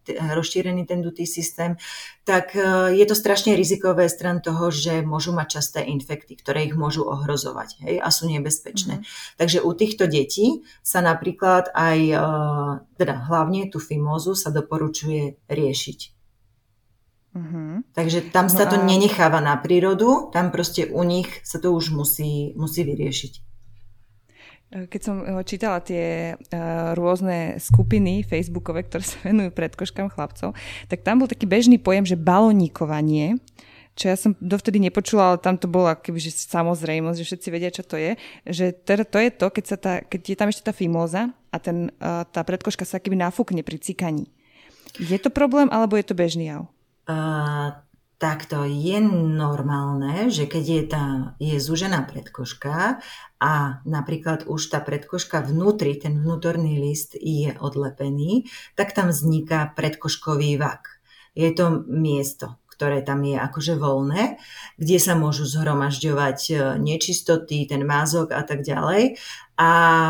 C: rozšírený ten dutý systém, tak je to strašne rizikové stran toho, že môžu mať časté infekty, ktoré ich môžu ohrozovať, hej, a sú nebezpečné. Takže u týchto detí sa napríklad aj, teda hlavne tú fimózu sa doporučuje riešiť. Takže tam sa to nenecháva na prírodu, tam proste u nich sa to už musí vyriešiť.
A: Keď som čítala tie rôzne skupiny facebookové, ktoré sa venujú predkoškám chlapcov, tak tam bol taký bežný pojem, že baloníkovanie, čo ja som dovtedy nepočula, ale tam to bolo akoby, že samozrejmosť, že všetci vedia, čo to je. Že teda to je to, keď je tam ešte tá fimóza a tá predkoška sa akoby nafúkne pri cikaní. Je to problém, alebo je to bežný jav?
C: Takto je normálne, že keď je zúžená predkoška a napríklad už tá predkoška vnútri, ten vnútorný list je odlepený, tak tam vzniká predkoškový vak. Je to miesto, ktoré tam je akože voľné, kde sa môžu zhromažďovať nečistoty, ten mázok a tak ďalej. A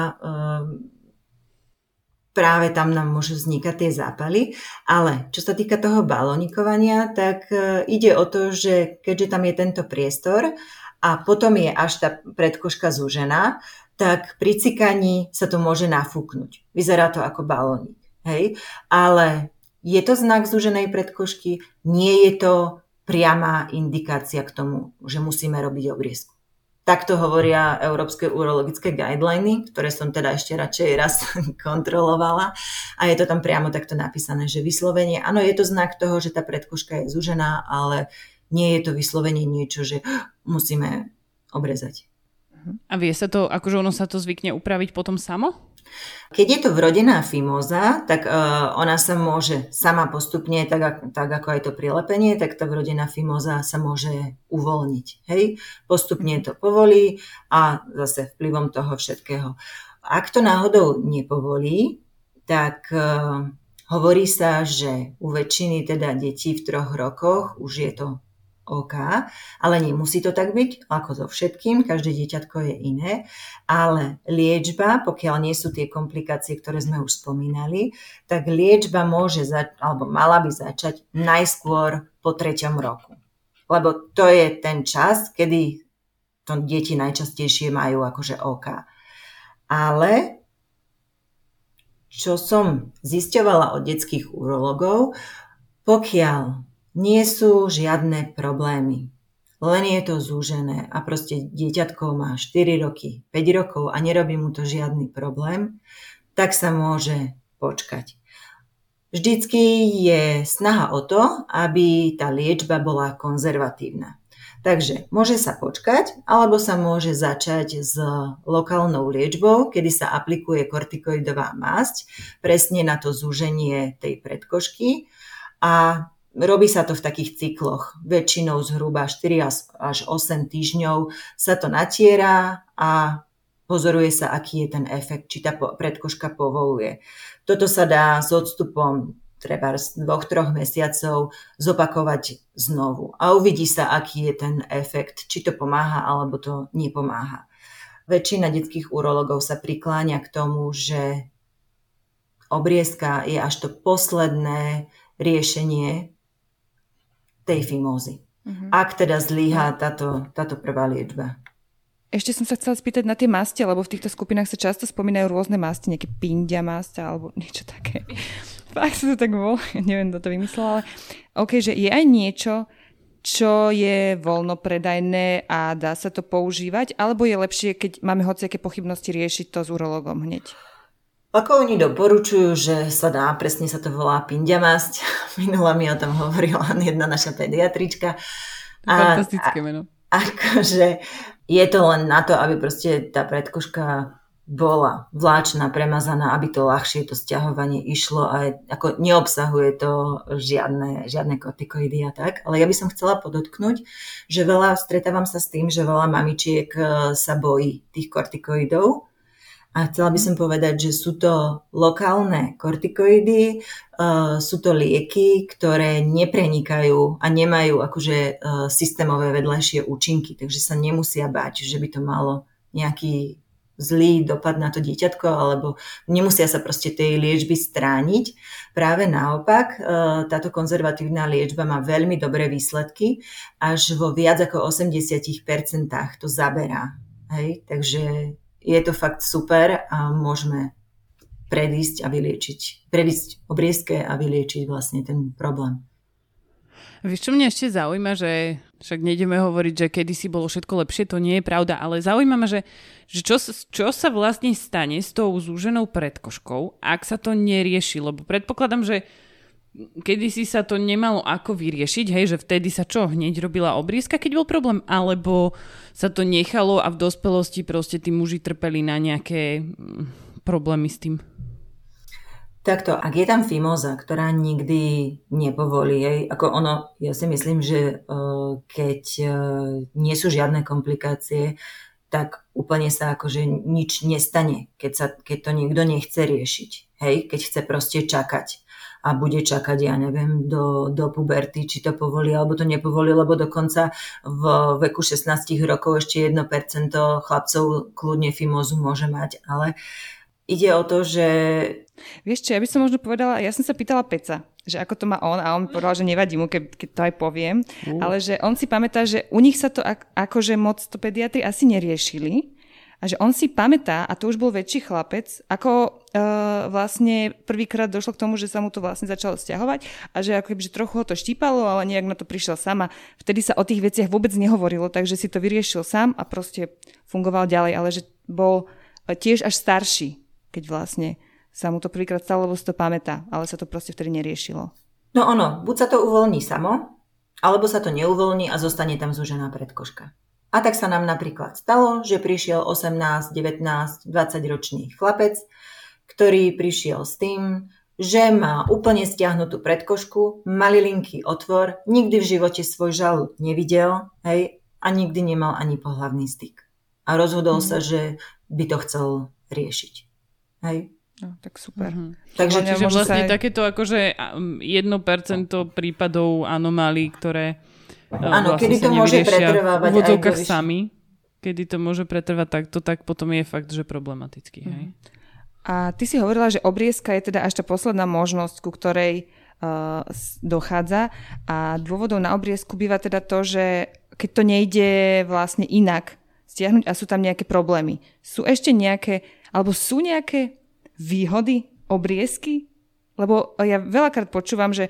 C: práve tam nám môžu vznikať tie zápaly. Ale čo sa týka toho balónikovania, tak ide o to, že keďže tam je tento priestor a potom je až tá predkoška zúžená, tak pri cikaní sa to môže nafúknuť. Vyzerá to ako balónik. Hej? Ale je to znak zúženej predkošky, nie je to priama indikácia k tomu, že musíme robiť obriezku. Takto hovoria Európske urologické guideliny, ktoré som teda ešte radšej raz kontrolovala a je to tam priamo takto napísané, že vyslovenie, áno, je to znak toho, že tá predkoška je zúžená, ale nie je to vyslovenie niečo, že musíme obrezať.
B: A vie sa to, akože ono sa to zvykne upraviť potom samo?
C: Keď je to vrodená fimóza, tak ona sa môže sama postupne, tak ako aj to prilepenie, tak tá vrodená fimóza sa môže uvoľniť. Hej? Postupne to povolí a zase vplyvom toho všetkého. Ak to náhodou nepovolí, tak hovorí sa, že u väčšiny teda detí v 3 rokoch už je to OK, ale nemusí to tak byť, ako so všetkým, každé dieťatko je iné, ale liečba, pokiaľ nie sú tie komplikácie, ktoré sme už spomínali, tak liečba môže alebo mala by začať najskôr po 3. roku. Lebo to je ten čas, kedy to deti najčastejšie majú akože OK. Ale čo som zisťovala od detských urologov, pokiaľ nie sú žiadne problémy. Len je to zúžené a proste dieťatko má 4 roky, 5 rokov a nerobí mu to žiadny problém, tak sa môže počkať. Vždycky je snaha o to, aby tá liečba bola konzervatívna. Takže môže sa počkať, alebo sa môže začať s lokálnou liečbou, kedy sa aplikuje kortikoidová masť presne na to zúženie tej predkošky a robí sa to v takých cykloch. Väčšinou zhruba 4 až 8 týždňov sa to natiera a pozoruje sa, aký je ten efekt, či tá predkoška povoluje. Toto sa dá s odstupom treba z 2-3 mesiacov zopakovať znovu. A uvidí sa, aký je ten efekt, či to pomáha, alebo to nepomáha. Väčšina detských urologov sa prikláňa k tomu, že obriezka je až to posledné riešenie tej fimózy. Ak teda zlyhá táto prvá liečba.
A: Ešte som sa chcela spýtať na tie masti, lebo v týchto skupinách sa často spomínajú rôzne masti, nejaké pindia masť alebo niečo také. Fakt sa to tak volá, neviem, kto to vymyslel, ale OK, že je aj niečo, čo je voľnopredajné a dá sa to používať, alebo je lepšie, keď máme hociaké pochybnosti, riešiť to s urologom hneď?
C: Ako oni doporučujú, že sa dá, presne sa to volá pindia masť. Minula mi o tom hovorila jedna naša pediatrička.
B: Fantastické meno.
C: Akože je to len na to, aby proste tá predkoška bola vláčna, premazaná, aby to ľahšie to sťahovanie išlo a ako neobsahuje to žiadne kortikoidy a tak. Ale ja by som chcela podotknúť, že stretávam sa s tým, že veľa mamičiek sa bojí tých kortikoidov. A chcela by som povedať, že sú to lokálne kortikoidy, sú to lieky, ktoré neprenikajú a nemajú akože systémové vedľajšie účinky, takže sa nemusia báť, že by to malo nejaký zlý dopad na to dieťatko, alebo nemusia sa proste tej liečby strániť. Práve naopak, táto konzervatívna liečba má veľmi dobré výsledky, až vo viac ako 80% to zaberá. Hej? Takže je to fakt super a môžeme predísť obriezke a vyliečiť vlastne ten problém.
B: Vieš, čo mňa ešte zaujíma, že však nejdeme hovoriť, že kedysi bolo všetko lepšie, to nie je pravda, ale zaujíma ma, že čo sa vlastne stane s tou zúženou predkožkou, ak sa to nerieši, lebo predpokladám, že kedysi sa to nemalo ako vyriešiť, hej, že vtedy sa čo, hneď robila obriezka, keď bol problém, alebo sa to nechalo a v dospelosti proste tí muži trpeli na nejaké problémy s tým?
C: Takto, ak je tam fimóza, ktorá nikdy nepovolí, ja si myslím, že keď nie sú žiadne komplikácie, tak úplne sa akože nič nestane, keď to niekto nechce riešiť. Hej, keď chce proste čakať a bude čakať, ja neviem, do puberty, či to povolí, alebo to nepovolí, lebo dokonca v veku 16 rokov ešte 1% chlapcov kľudne fimózu môže mať, ale ide o to, že...
A: Vieš čo, ja by som možno povedala, ja som sa pýtala Peca, že ako to má on a on mi povedal, že nevadí mu, keď to aj poviem, ale že on si pamätá, že u nich sa to akože moc to pediatri asi neriešili a že on si pamätá, a to už bol väčší chlapec, ako vlastne prvýkrát došlo k tomu, že sa mu to vlastne začalo sťahovať a že ako že trochu ho to štípalo, ale nejak na to prišiel sám a vtedy sa o tých veciach vôbec nehovorilo, takže si to vyriešil sám a proste fungoval ďalej, ale že bol tiež až starší, keď vlastne sa mu to prvýkrát stalo, lebo si to pamätá, ale sa to proste vtedy neriešilo.
C: No ono, buď sa to uvoľní samo, alebo sa to neuvoľní a zostane tam zúžená predkožka. A tak sa nám napríklad stalo, že prišiel 18, 19, 20 ročný chlapec, ktorý prišiel s tým, že má úplne stiahnutú predkožku, malilinký otvor, nikdy v živote svoj žalúd nevidel, hej, a nikdy nemal ani pohlavný styk. A rozhodol sa, že by to chcel riešiť. Hej.
A: No, tak super.
C: Takže
B: čiže vlastne takéto akože 1% prípadov anomálií, ktoré
C: áno,
B: vlastne
C: kedy to môže pretrvávať
B: v úvodzovkách sami, kedy to môže pretrvať takto, tak potom je fakt, že problematický. Hej?
A: A ty si hovorila, že obriezka je teda až tá posledná možnosť, ku ktorej dochádza a dôvodom na obriezku býva teda to, že keď to nejde vlastne inak stiahnuť a sú tam nejaké problémy. Sú ešte nejaké, alebo sú nejaké výhody obriezky? Lebo ja veľakrát počúvam, že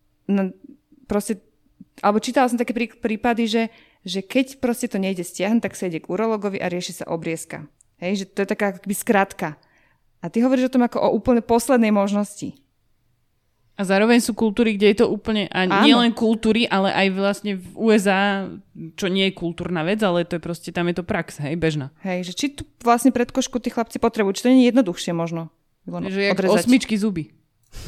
A: proste, alebo čítala som také prípady, že keď proste to nejde stiahnuť, tak sa ide k urologovi a rieši sa obriezka. Hej, že to je taká akoby skratka. A ty hovoríš o tom ako o úplne poslednej možnosti.
B: A zároveň sú kultúry, kde je to úplne, a nielen kultúry, ale aj vlastne v USA, čo nie je kultúrna vec, ale to je proste, tam je to prax, hej, bežná.
A: Hej, že či tu vlastne predkožku tí chlapci potrebujú, či to nie je jednoduchšie možno.
B: Že jak osmičky zuby.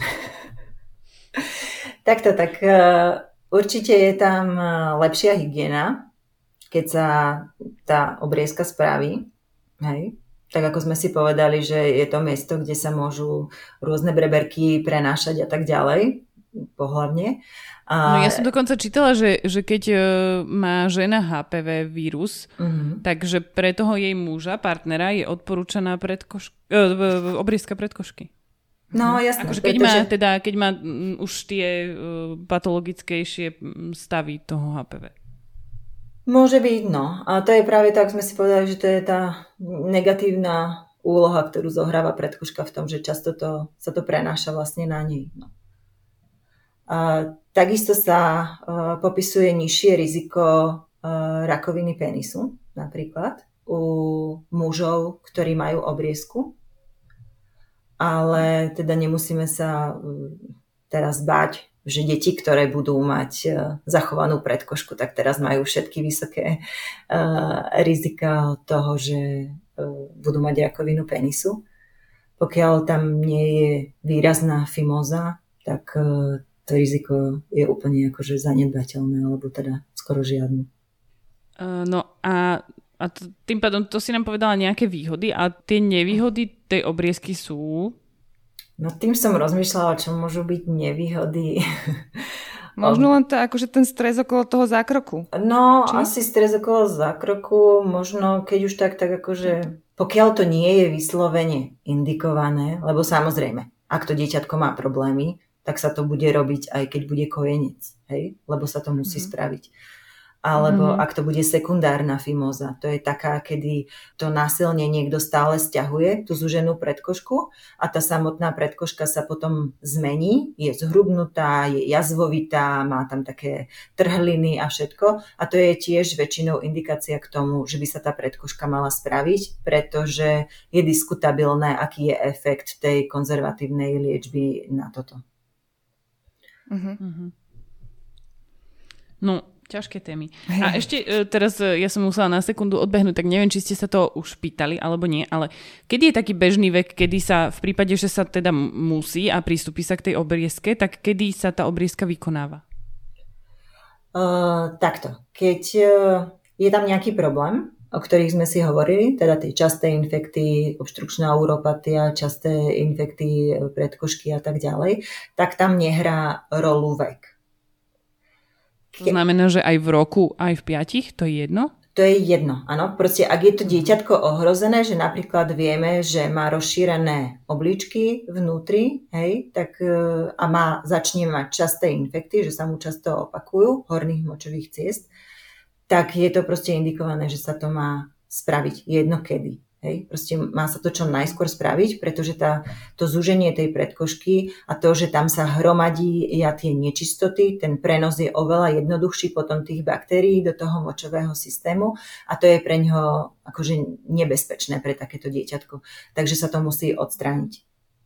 C: Takto, tak určite je tam lepšia hygiena, keď sa tá obriezka spraví, hej. Tak ako sme si povedali, že je to miesto, kde sa môžu rôzne breberky prenášať a tak ďalej, pohlavne.
B: No ja som dokonca čítala, že keď má žena HPV vírus, takže pre toho jej muža, partnera, je odporúčaná obriezka predkožky.
C: No jasné.
B: Akože keď má už tie patologickejšie stavy toho HPV.
C: Môže byť, no. A to je práve tak, sme si povedali, že to je tá negatívna úloha, ktorú zohráva predkožka v tom, že často sa to prenáša vlastne na nej. No. A takisto sa popisuje nižšie riziko rakoviny penisu, napríklad, u mužov, ktorí majú obriezku. Ale teda nemusíme sa teraz báť, že deti, ktoré budú mať zachovanú predkožku, tak teraz majú všetky vysoké rizika toho, že budú mať rakovinu penisu. Pokiaľ tam nie je výrazná fimóza, tak to riziko je úplne akože zanedbateľné, alebo teda skoro žiadne.
B: No a tým pádom to si nám povedala nejaké výhody a tie nevýhody tej obriezky sú...
C: No tým som rozmýšľala, čo môžu byť nevýhody.
A: Možno len to, akože ten stres okolo toho zákroku.
C: No, asi stres okolo zákroku, možno keď už tak akože Pokiaľ to nie je vyslovene indikované, lebo samozrejme, ak to dieťatko má problémy, tak sa to bude robiť aj keď bude kojenec, hej? Lebo sa to musí spraviť. Alebo ak to bude sekundárna fimóza, to je taká, kedy to násilne niekto stále sťahuje tú zúženú predkožku a tá samotná predkožka sa potom zmení, je zhrubnutá, je jazvovitá, má tam také trhliny a všetko a to je tiež väčšinou indikácia k tomu, že by sa tá predkožka mala spraviť, pretože je diskutabilné, aký je efekt tej konzervatívnej liečby na toto.
B: No, ťažké témy. A ešte teraz ja som musela na sekundu odbehnúť, tak neviem, či ste sa to už pýtali, alebo nie, ale kedy je taký bežný vek, kedy sa v prípade, že sa teda musí a pristúpi sa k tej obriezke, tak kedy sa tá obriezka vykonáva?
C: Takto. Keď je tam nejaký problém, o ktorých sme si hovorili, teda tie časté infekty, obštrukčná uropatia, časté infekty predkožky a tak ďalej, tak tam nehrá rolu vek.
B: To znamená, že aj v roku, aj v 5, to je jedno?
C: To je jedno, áno. Proste ak je to dieťatko ohrozené, že napríklad vieme, že má rozšírené obličky vnútri, hej, tak a začne mať časté infekty, že sa mu často opakujú, horných močových ciest, tak je to proste indikované, že sa to má spraviť jedno kedy. Hej, proste má sa to čo najskôr spraviť, pretože to zúženie tej predkožky a to, že tam sa hromadí tie nečistoty, ten prenos je oveľa jednoduchší potom tých baktérií do toho močového systému a to je pre ňoho akože nebezpečné pre takéto dieťatko. Takže sa to musí odstrániť.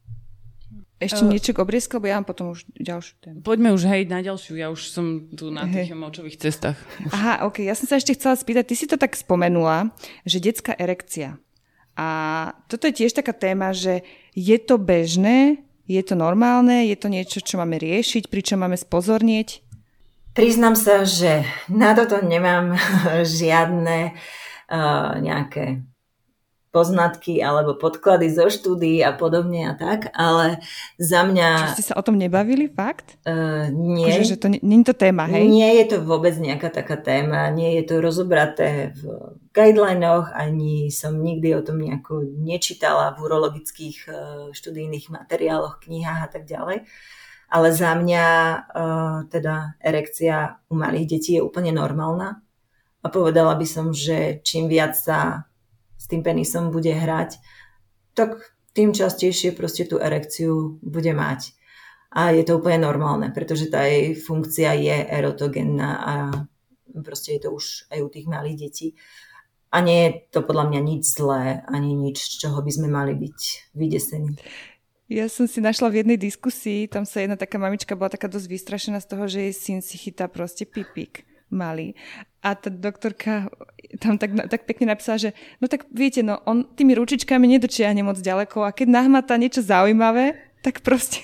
A: Ešte niečo k obriezke, lebo ja mám potom už ďalšiu tému.
B: Poďme už na ďalšiu, ja už som tu na tých močových cestách.
A: Aha, ok, ja som sa ešte chcela spýtať, ty si to tak spomenula, že detská erekcia. A toto je tiež taká téma, že je to bežné, je to normálne, je to niečo, čo máme riešiť, pričom máme spozornieť?
C: Priznám sa, že na toto nemám žiadne nejaké poznatky alebo podklady zo štúdií a podobne a tak, ale za mňa...
A: Či ste sa o tom nebavili, fakt?
C: Nie.
A: Akože, že to nie je to téma, hej?
C: Nie je to vôbec nejaká taká téma, nie je to rozobraté v guidelinoch, ani som nikdy o tom nejako nečítala v urologických študijných materiáloch, knihách a tak ďalej. Ale za mňa teda erekcia u malých detí je úplne normálna a povedala by som, že čím viac sa s tým penisom bude hrať, tak tým častejšie proste tú erekciu bude mať. A je to úplne normálne, pretože tá jej funkcia je erotogenná a proste je to už aj u tých malých detí. A nie je to podľa mňa nič zlé, ani nič, z čoho by sme mali byť vydesení.
A: Ja som si našla v jednej diskusii, tam sa jedna taká mamička bola taká dosť vystrašená z toho, že jej syn si chytá proste pipík malý. A tá doktorka tam tak pekne napísala, že no tak viete, no on tými ručičkami nedočiahne moc ďaleko a keď nahmatá niečo zaujímavé, tak proste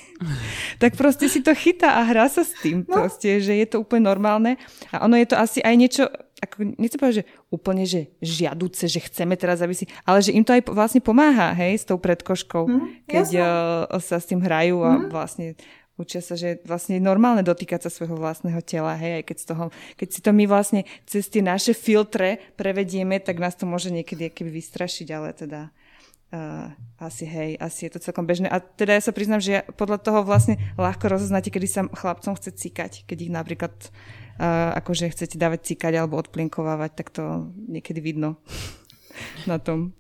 A: si to chytá a hrá sa s tým proste, že je to úplne normálne. A ono je to asi aj niečo, ako nechcem povedať, že úplne že žiaduce, že chceme teraz, aby si, ale že im to aj vlastne pomáha, hej, s tou predkožkou, keď sa s tým hrajú a vlastne učia sa, že vlastne je normálne dotýkať sa svojho vlastného tela, hej, aj keď si to my vlastne cez tie naše filtre prevedieme, tak nás to môže niekedy vystrašiť, ale teda asi je to celkom bežné. A teda ja sa priznám, že ja podľa toho vlastne ľahko rozoznáte, kedy sa chlapcom chce cikať, keď ich napríklad akože chcete dávať cikať alebo odplienkovávať, tak to niekedy vidno na tom.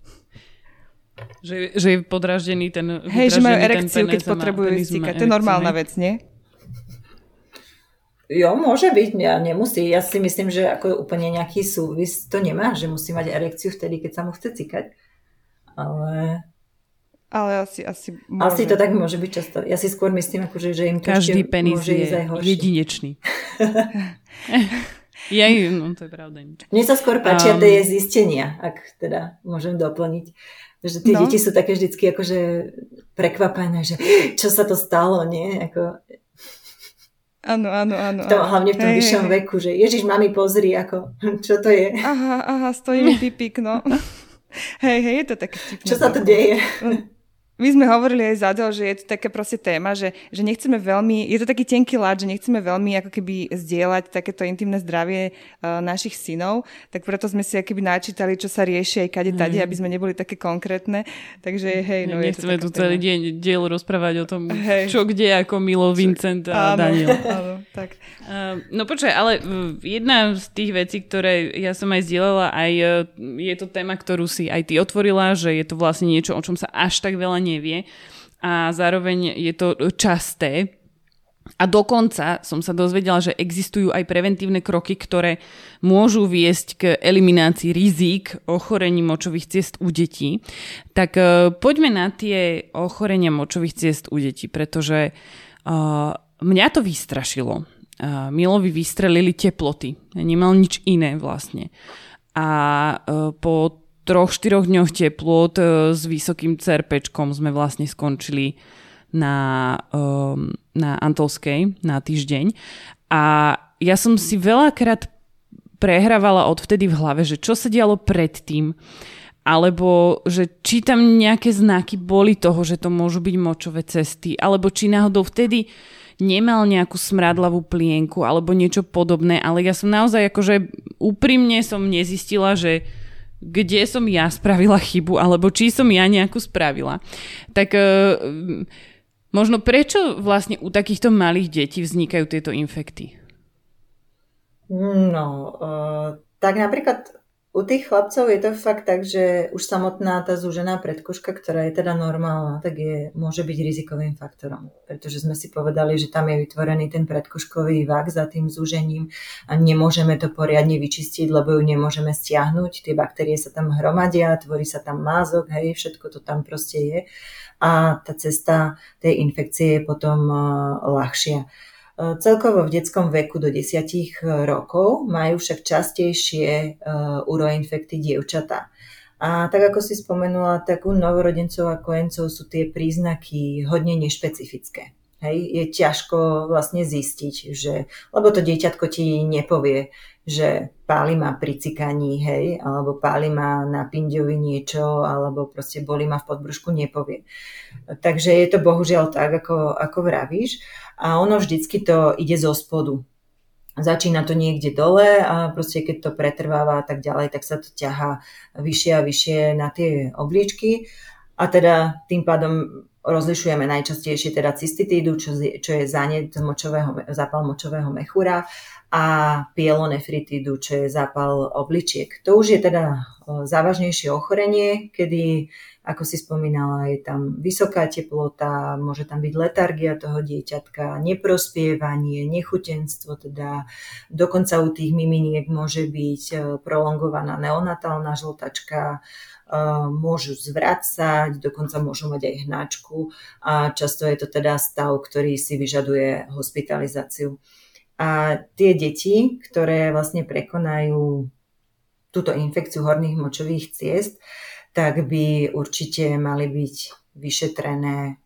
B: Že je podráždený ten...
A: Hej, že majú erekciu, keď potrebujú cikať. To je normálna vec, nie?
C: Jo, môže byť, nemusí. Ja si myslím, že ako úplne nejaký súvis to nemá, že musí mať erekciu vtedy, keď sa mu chce cikať. Ale asi môže. Asi to tak môže byť často. Ja si skôr myslím, akože, že im to
B: každý penis
C: môže ísť aj horšie.
B: Jedinečný. No to je pravda.
C: Mne sa skôr páčia tie zistenia, ak teda môžem doplniť. Že tie deti sú také vždycky akože prekvapené, že čo sa to stalo, nie? Ako...
A: Áno.
C: Hlavne v tom vyššom veku, že Ježiš, mami, pozri, ako, čo to je.
A: Aha, stojí mi pipík, no. Hej, je to také vtipné.
C: Čo sa to deje?
A: My sme hovorili aj za to, že je to taká proste téma, že nechceme veľmi, je to taký tenký ľad, že nechceme veľmi ako keby zdieľať takéto intimné zdravie našich synov, tak preto sme si akoby načítali, čo sa rieši aj kade tade, aby sme neboli také konkrétne. Takže hej, no
B: nechceme
A: je to
B: tu celý diel rozprávať o tom, čo kde, ako Milo, Vincent a Daniel.
A: Áno, tak.
B: No počkaj, ale jedna z tých vecí, ktoré ja som aj zdieľala, aj je to téma, ktorú si aj ty otvorila, že je to vlastne niečo, o čom sa až tak veľa nevie a zároveň je to časté. A dokonca som sa dozvedela, že existujú aj preventívne kroky, ktoré môžu viesť k eliminácii rizík ochorení močových ciest u detí. Tak poďme na tie ochorenia močových ciest u detí, pretože mňa to vystrašilo. Milovi vystrelili teploty. Nemal nič iné vlastne. A po 3-4 dňoch teplot s vysokým CRPčkom sme vlastne skončili na Antolskej na týždeň. A ja som si veľakrát prehrávala odvtedy v hlave, že čo sa dialo predtým, alebo že či tam nejaké znaky boli toho, že to môžu byť močové cesty, alebo či náhodou vtedy nemal nejakú smradlavú plienku alebo niečo podobné, ale ja som naozaj akože úprimne som nezistila, že kde som ja spravila chybu, alebo či som ja nejakú spravila. Tak možno prečo vlastne u takýchto malých detí vznikajú tieto infekty?
C: No, tak napríklad u tých chlapcov je to fakt tak, že už samotná tá zúžená predkožka, ktorá je teda normálna, tak môže byť rizikovým faktorom. Pretože sme si povedali, že tam je vytvorený ten predkožkový vak za tým zúžením a nemôžeme to poriadne vyčistiť, lebo ju nemôžeme stiahnuť. Tie baktérie sa tam hromadia, tvorí sa tam mázok, hej, všetko to tam proste je. A tá cesta tej infekcie je potom ľahšia. Celkovo v detskom veku do 10 rokov majú však častejšie uroinfekty dievčatá. A tak ako si spomenula, tak u novorodencov a kojencov sú tie príznaky hodne nešpecifické. Hej, je ťažko vlastne zistiť, lebo to dieťatko ti nepovie, že páli ma pri cikaní, hej, alebo páli ma na pinďovi niečo, alebo proste bolí ma v podbrušku, nepovie. Takže je to bohužiaľ tak, ako vravíš. A ono vždycky to ide zo spodu. Začína to niekde dole a proste keď to pretrváva a tak ďalej, tak sa to ťahá vyššie a vyššie na tie obličky. A teda tým pádom rozlišujeme najčastejšie teda cystitídu, čo je zápal močového mechúra, a pyelonefritídu, čo je zápal obličiek. To už je teda závažnejšie ochorenie, kedy, ako si spomínala, je tam vysoká teplota, môže tam byť letargia toho dieťatka, neprospievanie, nechutenstvo, teda dokonca u tých miminiek môže byť prolongovaná neonatálna žltačka, môžu zvracať, dokonca môžu mať aj hnačku a často je to teda stav, ktorý si vyžaduje hospitalizáciu. A tie deti, ktoré vlastne prekonajú túto infekciu horných močových ciest, tak by určite mali byť vyšetrené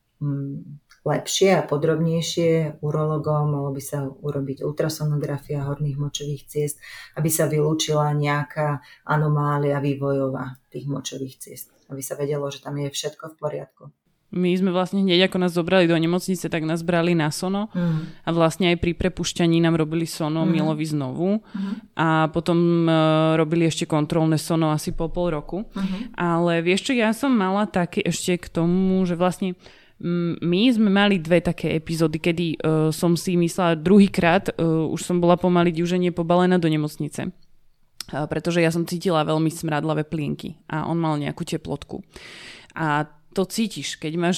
C: lepšie a podrobnejšie urologom, malo by sa urobiť ultrasonografia horných močových ciest, aby sa vylúčila nejaká anomália vývojová tých močových ciest, aby sa vedelo, že tam je všetko v poriadku.
B: My sme vlastne hneď, ako nás zobrali do nemocnice, tak nás brali na sono a vlastne aj pri prepušťaní nám robili sono Milovi znovu a potom robili ešte kontrolné sono asi po pol roku. Ale vieš čo, ja som mala také ešte k tomu, že vlastne my sme mali dve také epizódy, kedy som si myslela druhýkrát, už som bola pomaly diuženie pobalená do nemocnice. Pretože ja som cítila veľmi smradlavé plienky a on mal nejakú teplotku. A to cítiš,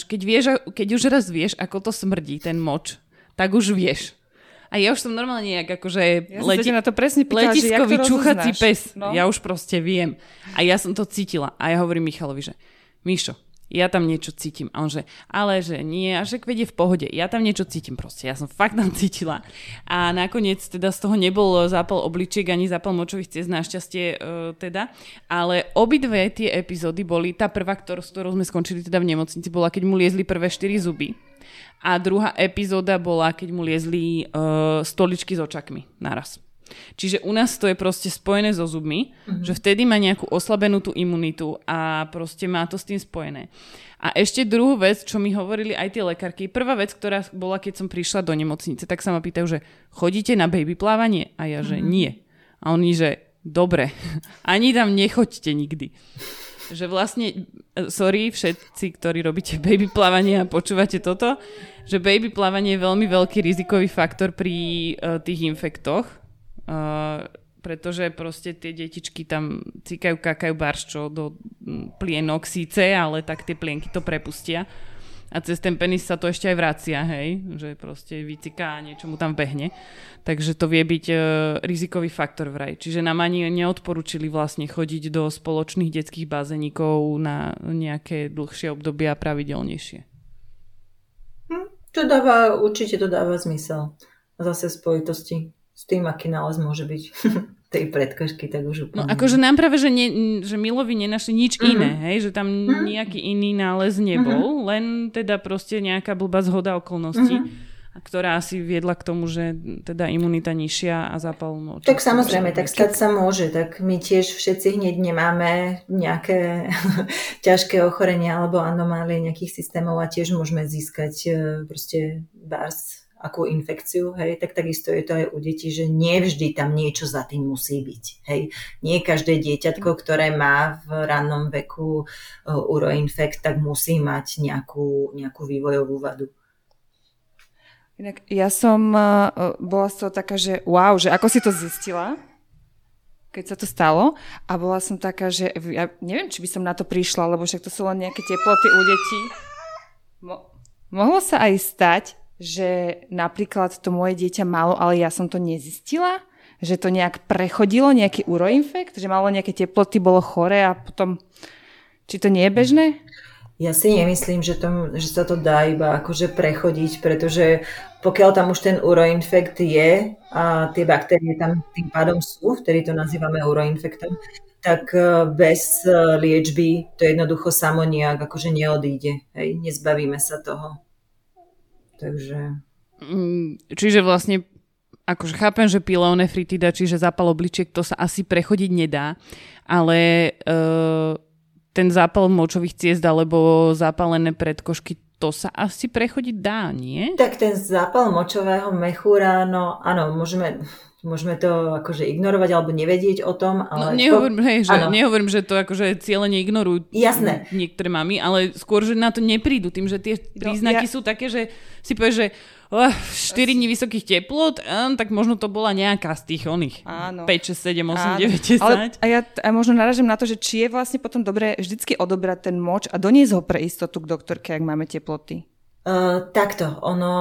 B: keď už raz vieš, ako to smrdí, ten moč, tak už vieš. A ja už som normálne nejak akože
A: na to presne pýtala,
B: letiskový čuchací pes.
A: No?
B: Ja už proste viem. A ja som to cítila. A ja hovorím Michalovi, že Mišo, ja tam niečo cítim. A on že, ale že nie, a že vedie v pohode. Ja tam niečo cítim proste. Ja som fakt tam cítila. A nakoniec teda z toho nebol zápal obličiek ani zápal močových ciest, našťastie teda. Ale obidve tie epizódy boli, tá prvá, s ktorou sme skončili teda v nemocnici, bola, keď mu liezli prvé 4 zuby. A druhá epizóda bola, keď mu liezli stoličky s očakmi naraz. Čiže u nás to je proste spojené so zubmi, že vtedy má nejakú oslabenú tú imunitu a proste má to s tým spojené. A ešte druhú vec, čo mi hovorili aj tie lekárky, prvá vec, ktorá bola, keď som prišla do nemocnice, tak sa ma pýtajú, že chodíte na baby plávanie? A ja, že nie. A oni, že dobre, ani tam nechoďte nikdy. Že vlastne, sorry všetci, ktorí robíte baby plávanie a počúvate toto, že baby plávanie je veľmi veľký rizikový faktor pri tých infektoch, pretože proste tie detičky tam cikajú, kakajú barščo do plienok síce, ale tak tie plienky to prepustia. A cez ten penis sa to ešte aj vracia, hej, že proste vyciká a niečo mu tam behne. Takže to vie byť rizikový faktor vraj. Čiže nám ani neodporúčili vlastne chodiť do spoločných detských bazénikov na nejaké dlhšie obdobia pravidelnejšie.
C: Určite to dáva zmysel. Zase v spojitosti s tým, aký nález môže byť tej predkožky, tak už úplne.
B: No akože nám práve, že Milovi nenašli nič iné, hej, že tam nejaký iný nález nebol, len teda proste nejaká blbá zhoda okolností, ktorá asi viedla k tomu, že teda imunita nižšia a zápal moču.
C: Tak samozrejme, tak stať sa môže, tak my tiež všetci hneď nemáme nejaké ťažké ochorenia alebo anomálie nejakých systémov a tiež môžeme získať proste akú infekciu, hej, tak takisto je to aj u detí, že nie vždy tam niečo za tým musí byť, hej. Nie každé dieťatko, ktoré má v rannom veku uroinfekt, tak musí mať nejakú vývojovú vadu.
A: Inak ja som bola z toho taká, že wow, že ako si to zistila, keď sa to stalo, a bola som taká, že ja neviem, či by som na to prišla, lebo však to sú len nejaké teploty u detí. Mohlo sa aj stať, že napríklad to moje dieťa malo, ale ja som to nezistila, že to nejak prechodilo, nejaký uroinfekt, že malo nejaké teploty, bolo choré a potom, či to nie je bežné?
C: Ja si nemyslím, že sa to dá iba akože prechodiť, pretože pokiaľ tam už ten uroinfekt je a tie baktérie tam tým pádom sú, vtedy to nazývame uroinfektom, tak bez liečby to jednoducho samo nejak akože neodíde. Hej? Nezbavíme sa toho. Takže...
B: Čiže vlastne akože chápem, že pielonefritida, čiže zápal obličiek, to sa asi prechodiť nedá, ale ten zápal močových ciest alebo zápalené predkožky, to sa asi prechodiť dá, nie?
C: Tak ten zápal močového mechúra, no áno, môžeme to akože ignorovať alebo nevedieť o tom, ale...
B: No nehovorím, že to akože cieľene ignorujú niektoré mami, ale skôr, že na to neprídu tým, že tie príznaky sú také, že si povieš, že 4 dní vysokých teplot, tak možno to bola nejaká z tých oných. 5, 6, 7, 8, 9, 10.
A: Ale ja možno naražím na to, že či je vlastne potom dobré vždycky odobrať ten moč a doniesť ho pre istotu k doktorke, ak máme teploty.
C: Takto,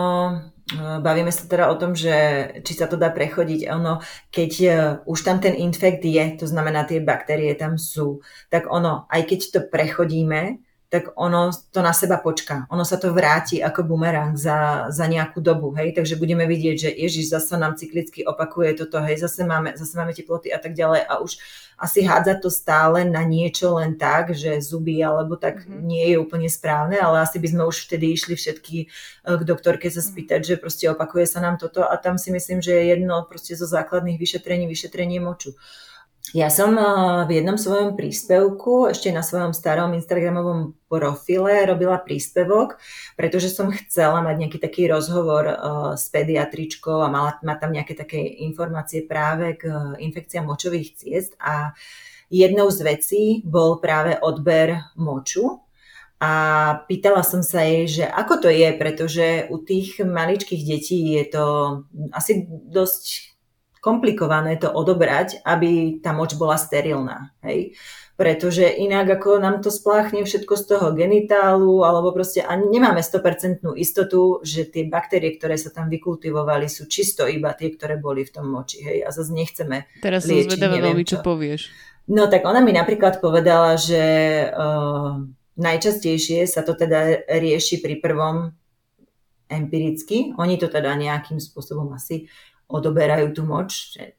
C: bavíme sa teda o tom, že či sa to dá prechodiť. Keď už tam ten infekt je, to znamená tie baktérie tam sú, tak aj keď to prechodíme, tak ono to na seba počká. Ono sa to vráti ako bumerang za nejakú dobu, hej, takže budeme vidieť, že ježiš, zase nám cyklicky opakuje toto, hej, zase máme teploty a tak ďalej a už asi hádzať to stále na niečo len tak, že zuby alebo tak nie je úplne správne, ale asi by sme už vtedy išli všetky k doktorke sa spýtať, že proste opakuje sa nám toto a tam si myslím, že je jedno proste zo základných vyšetrenie moču. Ja som v jednom svojom príspevku, ešte na svojom starom instagramovom profile robila príspevok, pretože som chcela mať nejaký taký rozhovor s pediatričkou a mala tam nejaké také informácie práve k infekciám močových ciest a jednou z vecí bol práve odber moču. A pýtala som sa jej, že ako to je, pretože u tých maličkých detí je to asi dosť komplikované to odobrať, aby tá moč bola sterilná, hej. Pretože inak ako nám to spláchne všetko z toho genitálu, alebo proste ani nemáme 100% istotu, že tie baktérie, ktoré sa tam vykultivovali, sú čisto iba tie, ktoré boli v tom moči, hej. A zase nechceme
B: teraz liečiť, som zvedavá veľmi, čo povieš.
C: No tak ona mi napríklad povedala, že najčastejšie sa to teda rieši pri prvom empiricky. Oni to teda nejakým spôsobom asi odoberajú tú moč, že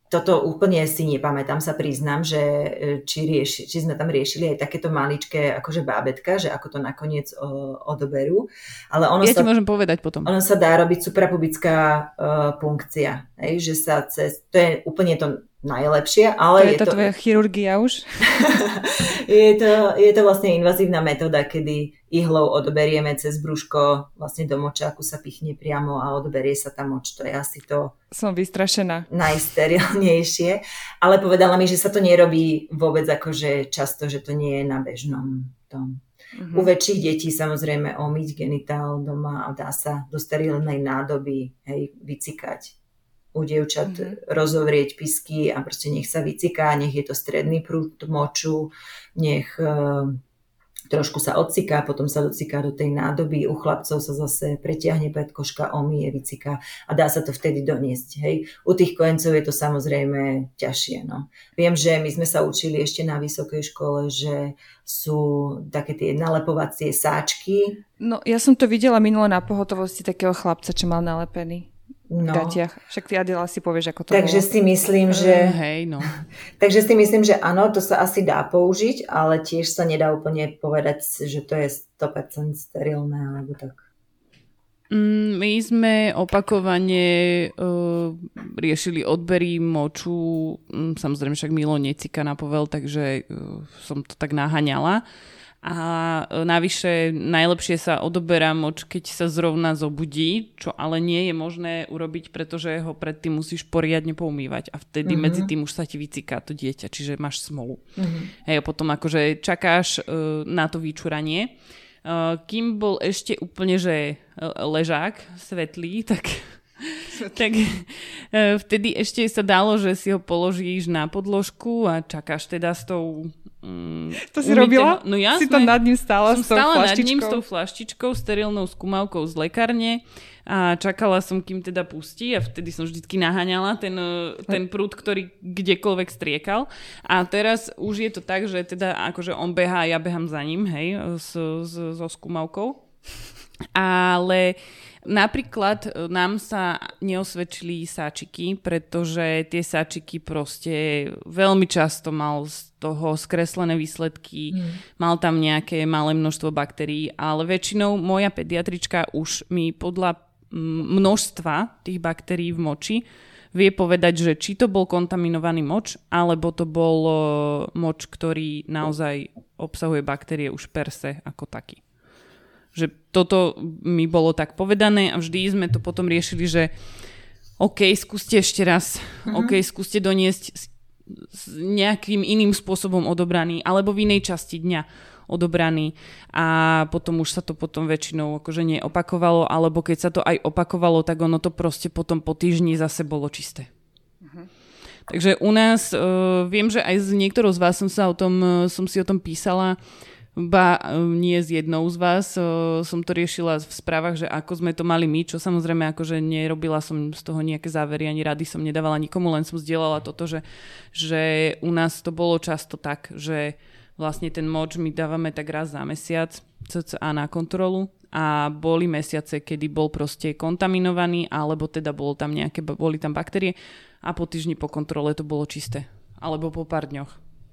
C: toto úplne si nepamätám, sa priznám, že či sme tam riešili aj takéto maličké akože bábetka, že ako to nakoniec odoberú. Ale
B: ja ti môžem povedať potom.
C: Ono sa dá robiť suprapubická punkcia, že sa to je úplne to najlepšie, ale
A: je to tvoja chirurgia už?
C: je to vlastne invazívna metóda, kedy ihlou odoberieme cez brúško, vlastne do močáku sa pichne priamo a odoberie sa tá moč. To je asi to...
A: Som vystrašená.
C: Najsterilnejšie. Ale povedala mi, že sa to nerobí vôbec akože často, že to nie je na bežnom tom. U väčších detí samozrejme omyť genitál doma a dá sa do sterilnej nádoby vycikať. U dievčat rozovrieť pisky a proste nech sa vyciká, nech je to stredný prúd moču, nech trošku sa odciká, potom sa dociká do tej nádoby. U chlapcov sa zase pretiahne predkožka, omyje, vyciká a dá sa to vtedy doniesť. Hej. U tých kojencov je to samozrejme ťažšie. No. Viem, že my sme sa učili ešte na vysokej škole, že sú také tie nalepovacie sáčky.
A: No, ja som to videla minule na pohotovosti takého chlapca, čo mal nalepený. V gatiach. Však ty, Adela, si povieš, ako to
C: takže
A: bolo.
C: Si myslím, že...
B: no.
C: Takže si myslím, že áno, to sa asi dá použiť, ale tiež sa nedá úplne povedať, že to je 100% sterilné, alebo tak.
B: My sme opakovane riešili odbery moču, samozrejme však Milo necika na povel, takže som to tak naháňala. A navyše najlepšie sa odoberá moč, keď sa zrovna zobudí, čo ale nie je možné urobiť, pretože ho predtým musíš poriadne poumývať a vtedy medzi tým už sa ti vyciká to dieťa, čiže máš smolu. Hej, a potom akože čakáš na to vyčuranie. Kým bol ešte úplne, že ležák svetlý, tak vtedy ešte sa dalo, že si ho položíš na podložku a čakáš teda s tou...
A: To si robila?
B: No jasné.
A: Si tam nad ním stála
B: s tou flaštičkou? Som stála nad ním s tou flaštičkou, sterilnou skúmavkou z lekárne a čakala som, kým teda pustí a vtedy som vždycky naháňala ten prúd, ktorý kdekoľvek striekal. A teraz už je to tak, že teda akože on behá a ja behám za ním, hej, so skúmavkou. Ale napríklad nám sa neosvedčili sáčiky, pretože tie sáčiky proste veľmi často mal z toho skreslené výsledky, mal tam nejaké malé množstvo baktérií, ale väčšinou moja pediatrička už mi podľa množstva tých baktérií v moči vie povedať, že či to bol kontaminovaný moč, alebo to bol moč, ktorý naozaj obsahuje baktérie už per se ako taký. Že toto mi bolo tak povedané a vždy sme to potom riešili, že OK, skúste ešte raz, OK, skúste doniesť s nejakým iným spôsobom odobraný alebo v inej časti dňa odobraný a potom už sa to potom väčšinou akože neopakovalo, alebo keď sa to aj opakovalo, tak ono to proste potom po týždni zase bolo čisté. Takže u nás, viem, že aj s niektorou z vás som si o tom písala, nie s jednou z vás, som to riešila v správach, že ako sme to mali my, čo samozrejme akože nerobila som z toho nejaké závery, ani rady som nedávala nikomu, len som zdieľala toto, že u nás to bolo často tak, že vlastne ten moč my dávame tak raz za mesiac cca na kontrolu a boli mesiace, kedy bol proste kontaminovaný, alebo teda boli tam baktérie a po týždni po kontrole to bolo čisté. Alebo po pár dňoch.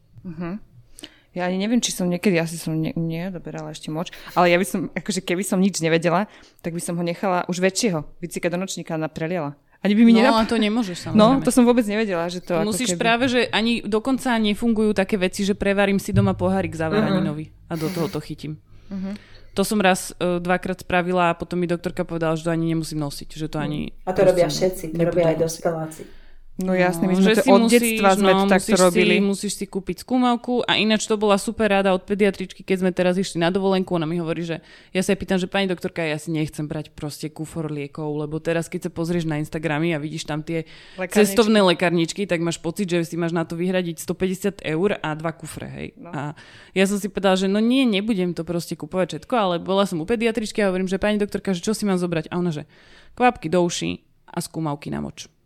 A: Ja ani neviem, či som niekedy, asi som nedoberala ešte moč, ale ja by som, akože keby som nič nevedela, tak by som ho nechala už väčšieho vycikať do nočníka a preliala. Ani by mi
B: ale to nemôžeš samozrejme.
A: No, to som vôbec nevedela, že to
B: musíš práve, že ani dokonca nefungujú také veci, že prevarím si doma pohárik závaraninový a do toho to chytím. To som raz dvakrát spravila a potom mi doktorka povedala, že to ani nemusím nosiť. Že to ani
C: a to robia všetci, to robia aj dospeláci.
A: No jasne, my sme to od detstva sme to takto robili.
B: Musíš si kúpiť skúmavku a ináč to bola super rada od pediatričky, keď sme teraz išli na dovolenku, ona mi hovorí, že ja sa jej pýtam, že pani doktorka, ja si nechcem brať proste kufor liekov, lebo teraz keď sa pozrieš na Instagramy a vidíš tam tie cestovné lekárničky, tak máš pocit, že si máš na to vyhradiť 150 eur a 2 kufre, hej. No. A ja som si povedala, že no nie, nebudem to proste kupovať všetko, ale bola som u pediatričky a hovorím, že pani doktorka, že čo si mám zobrať? A ona, že kvapky do uší a skúmavky na moč.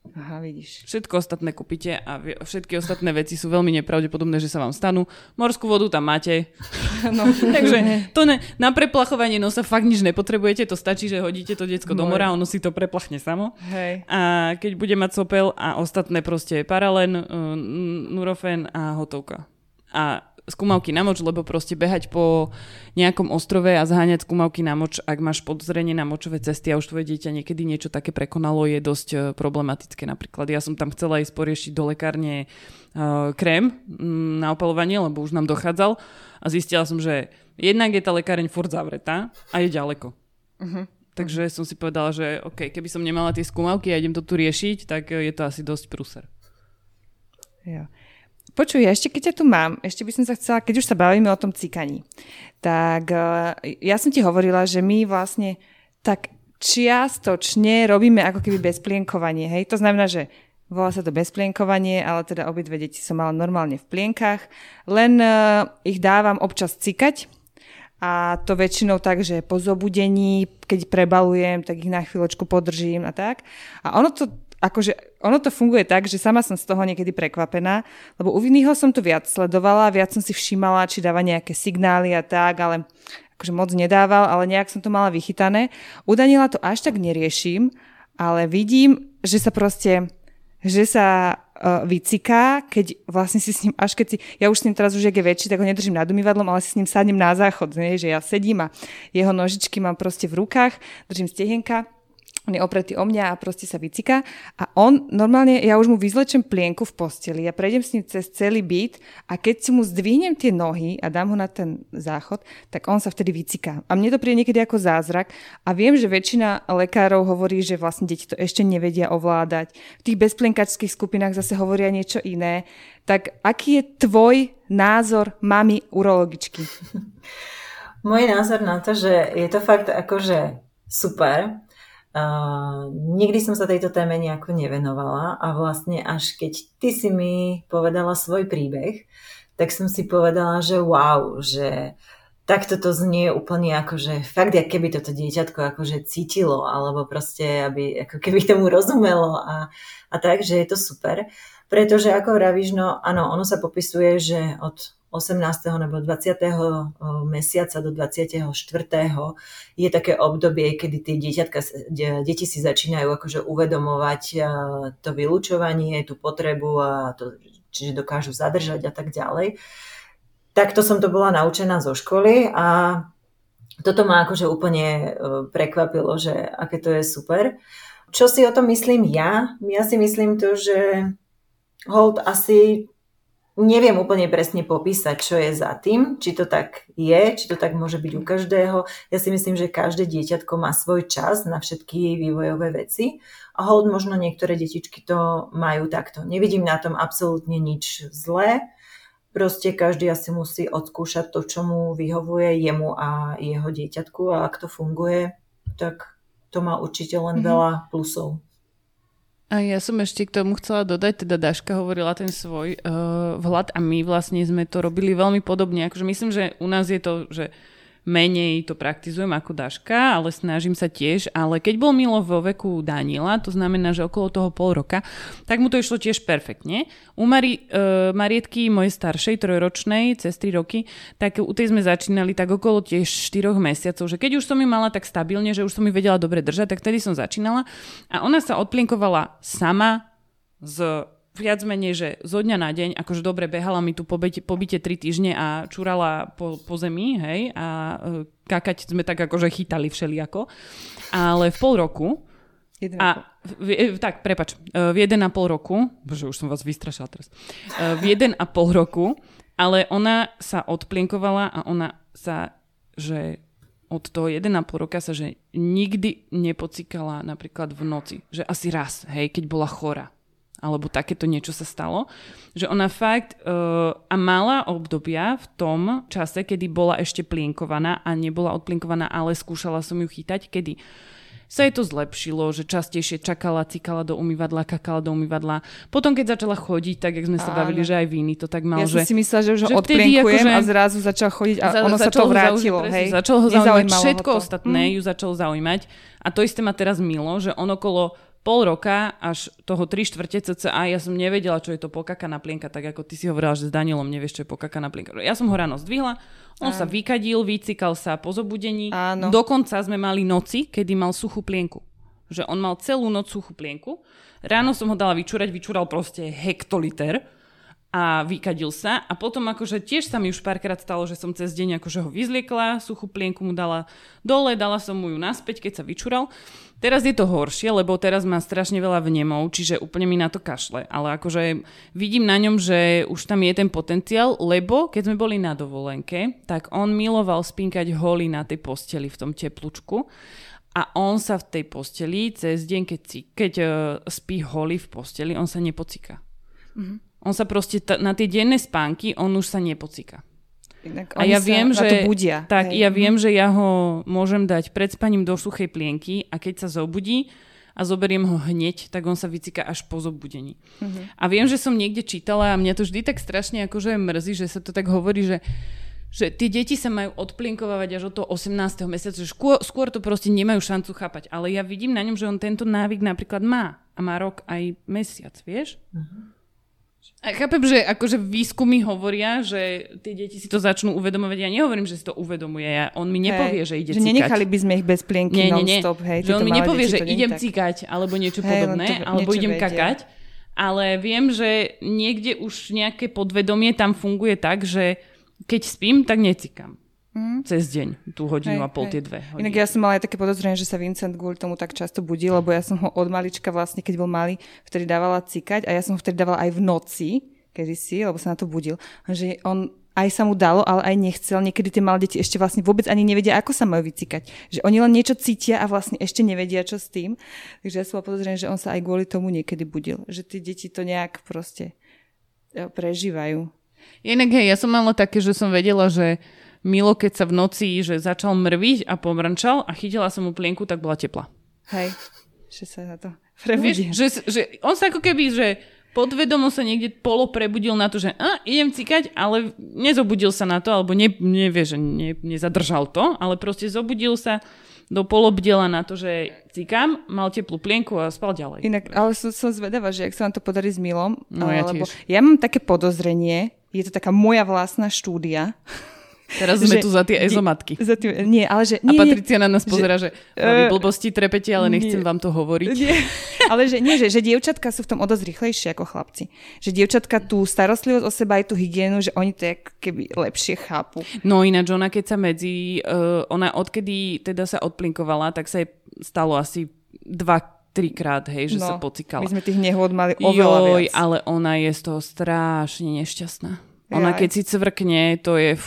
A: Aha, vidíš.
B: Všetko ostatné kúpite a všetky ostatné veci sú veľmi nepravdepodobné, že sa vám stanú. Morskú vodu tam máte. No, takže to na preplachovanie nosa fakt nič nepotrebujete, to stačí, že hodíte to decko do mora, ono si to preplachne samo.
A: Hej.
B: A keď bude mať sopel a ostatné proste paralen, Nurofen a hotovka. A skúmavky na moč, lebo proste behať po nejakom ostrove a zháňať skúmavky na moč, ak máš podozrenie na močové cesty a už tvoje dieťa niekedy niečo také prekonalo, je dosť problematické. Napríklad ja som tam chcela ísť poriešiť do lekárne krém na opalovanie, lebo už nám dochádzal a zistila som, že jednak je tá lekáreň furt zavretá a je ďaleko. Takže som si povedala, že OK, keby som nemala tie skúmavky a idem to tu riešiť, tak je to asi dosť prúser.
A: Ja. Počuj, ešte keď ťa tu mám, ešte by som sa chcela, keď už sa bavíme o tom cikaní, tak ja som ti hovorila, že my vlastne tak čiastočne robíme ako keby bezplienkovanie, hej? To znamená, že volá sa to bezplienkovanie, ale teda obidve deti som mala normálne v plienkach, len ich dávam občas cikať a to väčšinou tak, že po zobudení, keď prebalujem, tak ich na chvíľočku podržím a tak. A ono to funguje tak, že sama som z toho niekedy prekvapená, lebo u Vinnyho som to viac sledovala, viac som si všímala, či dáva nejaké signály a tak, ale akože moc nedával, ale nejak som to mala vychytané. U Daniela to až tak neriešim, ale vidím, že sa vyciká, keď vlastne si s ním, až keď si, ja už s ním teraz už, jak je väčší, tak ho nedržím nad umývadlom, ale si s ním sadnem na záchod, nie? Že ja sedím a jeho nožičky mám proste v rukách, držím stehenka, on je opretý o mňa a proste sa vyciká a on normálne, ja už mu vyzlečem plienku v posteli, ja prejdem s ním cez celý byt a keď si mu zdvihnem tie nohy a dám ho na ten záchod, tak on sa vtedy vyciká. A mne to príde niekedy ako zázrak a viem, že väčšina lekárov hovorí, že vlastne deti to ešte nevedia ovládať. V tých bezplienkačských skupinách zase hovoria niečo iné. Tak aký je tvoj názor mami urologičky?
C: Môj názor na to, že je to fakt akože super. Nikdy som sa tejto téme nejako nevenovala a vlastne až keď ty si mi povedala svoj príbeh, tak som si povedala, že wow, že takto to znie úplne akože fakt, jak keby toto dieťatko akože cítilo, alebo proste, aby ako keby tomu rozumelo a tak, že je to super. Pretože ako vravíš, no áno, ono sa popisuje, že od 18. nebo 20. mesiaca do 24. je také obdobie, kedy tie deti si začínajú akože uvedomovať to vylučovanie, tú potrebu a to, čiže dokážu zadržať a tak ďalej. Takto som to bola naučená zo školy a toto ma akože úplne prekvapilo, že aké to je super. Čo si o tom myslím ja? Ja si myslím to, že hold asi neviem úplne presne popísať, čo je za tým, či to tak je, či to tak môže byť u každého. Ja si myslím, že každé dieťatko má svoj čas na všetky vývojové veci a hold možno niektoré detičky to majú takto. Nevidím na tom absolútne nič zlé. Proste každý asi musí odskúšať to, čo mu vyhovuje jemu a jeho dieťatku a ak to funguje, tak to má určite len veľa plusov.
B: A ja som ešte k tomu chcela dodať, teda Daška hovorila ten svoj vhľad a my vlastne sme to robili veľmi podobne. Akože myslím, že u nás je to, že menej to praktizujem ako Daška, ale snažím sa tiež. Ale keď bol Milo vo veku Daniela, to znamená, že okolo toho pol roka, tak mu to išlo tiež perfektne. U Marietky, mojej staršej, 3-ročnej, cez 3 roky, tak u tej sme začínali tak okolo tiež 4 mesiacov, že keď už som ju mala tak stabilne, že už som ju vedela dobre držať, tak vtedy som začínala. A ona sa odplienkovala sama z viac menej, že zo dňa na deň, akože dobre, behala mi tu po byte 3 týždne a čurala po zemi, hej, a kakať sme tak akože chytali všelijako. Ale v pol roku v 1,5 roku, bože, už som vás vystrašila teraz, v 1,5 roku, ale ona sa odplienkovala a ona sa, že od toho 1,5 roka sa, že nikdy nepocikala napríklad v noci, že asi raz, hej, keď bola chorá. Alebo takéto niečo sa stalo, že ona fakt a mala obdobia v tom čase, kedy bola ešte plienkovaná a nebola odplienkovaná, ale skúšala som ju chytať, kedy sa jej to zlepšilo, že častejšie čakala, cikala do umývadla, kakala do umývadla. Potom, keď začala chodiť, tak jak sme sa bavili, že aj Vini to tak mal,
A: ja
B: že...
A: Ja si myslela, že už ho odplienkujem a zrazu začal chodiť a ono sa to vrátilo.
B: Začalo ho zaujímať, všetko ostatné ju začalo zaujímať. A to isté má teraz Milo, že on okolo pol roka až toho 3/4 cca ja som nevedela, čo je to pokakaná plienka, tak ako ty si hovorila, že s Danielom nevieš, čo je pokakaná plienka. Ja som ho ráno zdvihla, on sa vykadil, vycikal sa po zobudení.
A: Áno.
B: Dokonca sme mali noci, kedy mal suchú plienku. Že on mal celú noc suchú plienku. Ráno som ho dala vyčúrať, vyčúral proste hektoliter a vykadil sa. A potom akože tiež sa mi už párkrát stalo, že som cez deň akože ho vyzliekla, suchú plienku mu dala dole, dala som mu ju naspäť, keď sa vyčúral. Teraz je to horšie, lebo teraz má strašne veľa vnemov, čiže úplne mi na to kašle. Ale akože vidím na ňom, že už tam je ten potenciál, lebo keď sme boli na dovolenke, tak on miloval spinkať holý na tej posteli v tom teplúčku. A on sa v tej posteli cez deň, keď spí holý v posteli, on sa nepocíka. Mm-hmm. On sa proste na tie denné spánky, on už sa nepocíka. A ja viem, že
A: budia.
B: Tak, ja viem, že ja ho môžem dať pred spaním do suchej plienky a keď sa zobudí a zoberiem ho hneď, tak on sa vycíka až po zobudení. A viem, že som niekde čítala a mňa to vždy tak strašne akože mrzí, že sa to tak hovorí, že tie deti sa majú odplienkovávať až od toho 18. mesiaca, že skôr to proste nemajú šancu chápať. Ale ja vidím na ňom, že on tento návyk napríklad má. A má rok aj mesiac, vieš? A chápem, že akože výskumy hovoria, že tie deti si to začnú uvedomovať. Ja nehovorím, že si to uvedomuje. On mi nepovie, že ide
A: že
B: cikať.
A: Nenechali by sme ich bez plienky non-stop.
B: Hej, že on mi nepovie, že idem cikať, alebo niečo podobné, alebo idem kakať. Ale viem, že niekde už nejaké podvedomie tam funguje tak, že keď spím, tak necikam. Cez deň, tú hodinu a pol, tie 2 hodiny.
A: Inak ja som mala aj také podozrenie, že sa Vincent kvôli tomu tak často budil, lebo ja som ho od malička vlastne, keď bol malý, vtedy dávala cikať a ja som ho vtedy dávala aj v noci, kedysi, lebo sa na to budil. Že on aj sa mu dalo, ale aj nechcel. Niekedy tie malé deti ešte vlastne vôbec ani nevedia, ako sa majú vycikať. Že oni len niečo cítia a vlastne ešte nevedia, čo s tým. Takže ja som mala podozrenie, že on sa aj kvôli tomu niekedy budil. Že tie deti to nejak proste prežívajú.
B: Inak hej, ja som mala také, že som vedela, že Milo, keď sa v noci že začal mrviť a pomrčal a chytila som mu plienku, tak bola teplá.
A: Hej, že sa na to prebudil.
B: Že on sa ako keby, že podvedomo sa niekde prebudil na to, že idem cikať, ale nezobudil sa na to, alebo nezadržal to, ale proste zobudil sa do polobdela na to, že cikám, mal teplú plienku a spal ďalej.
A: Inak, ale som zvedavá, že ak sa vám to podarí s Milom,
B: no
A: lebo ja mám také podozrenie, je to taká moja vlastná štúdia.
B: Teraz sme tu za tie ezomatky.
A: Nie, ale že...
B: Nie, a Patricia na nás pozerá, že vy blbosti trepete, ale nechcem vám to hovoriť.
A: Nie, ale že dievčatka sú v tom o dosť rýchlejšie ako chlapci. Že dievčatka tú starostlivosť o seba aj tú hygienu, že oni to keby lepšie chápu.
B: No ináč ona keď sa ona odkedy teda sa odplinkovala, tak sa jej stalo asi 2-3 krát, hej, že sa pocikala.
A: My sme tých nehôd mali oveľa viac.
B: Ale ona je z toho strašne nešťastná. Ona keď si cvrkne, to je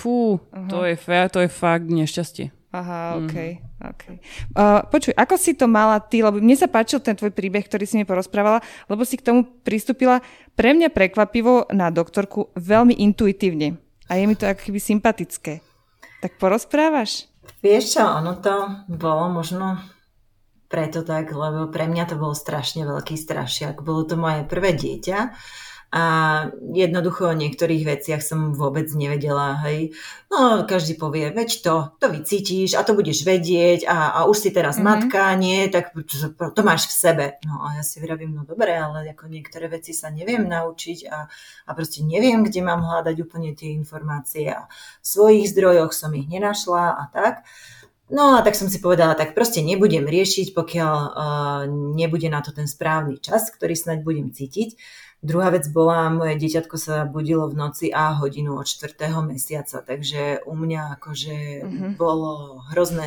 B: to je fakt nešťastie.
A: Aha, okej. Počuj, ako si to mala ty, lebo mne sa páčil ten tvoj príbeh, ktorý si mi porozprávala, lebo si k tomu pristúpila pre mňa prekvapivo na doktorku veľmi intuitívne. A je mi to ako keby sympatické. Tak porozprávaš?
C: Vieš čo, ono to bolo možno preto tak, lebo pre mňa to bol strašne veľký strašiak. Bolo to moje prvé dieťa. A jednoducho o niektorých veciach som vôbec nevedela, hej. No, každý povie, veď to vycítiš a to budeš vedieť a už si teraz matka, nie, tak to máš v sebe. No a ja si vravím, no dobre, ale ako niektoré veci sa neviem naučiť a proste neviem, kde mám hľadať úplne tie informácie a v svojich zdrojoch som ich nenašla a tak. No a tak som si povedala, tak proste nebudem riešiť, pokiaľ nebude na to ten správny čas, ktorý snáď budem cítiť. Druhá vec bola, moje dieťatko sa budilo v noci a hodinu od 4. mesiaca, takže u mňa akože bolo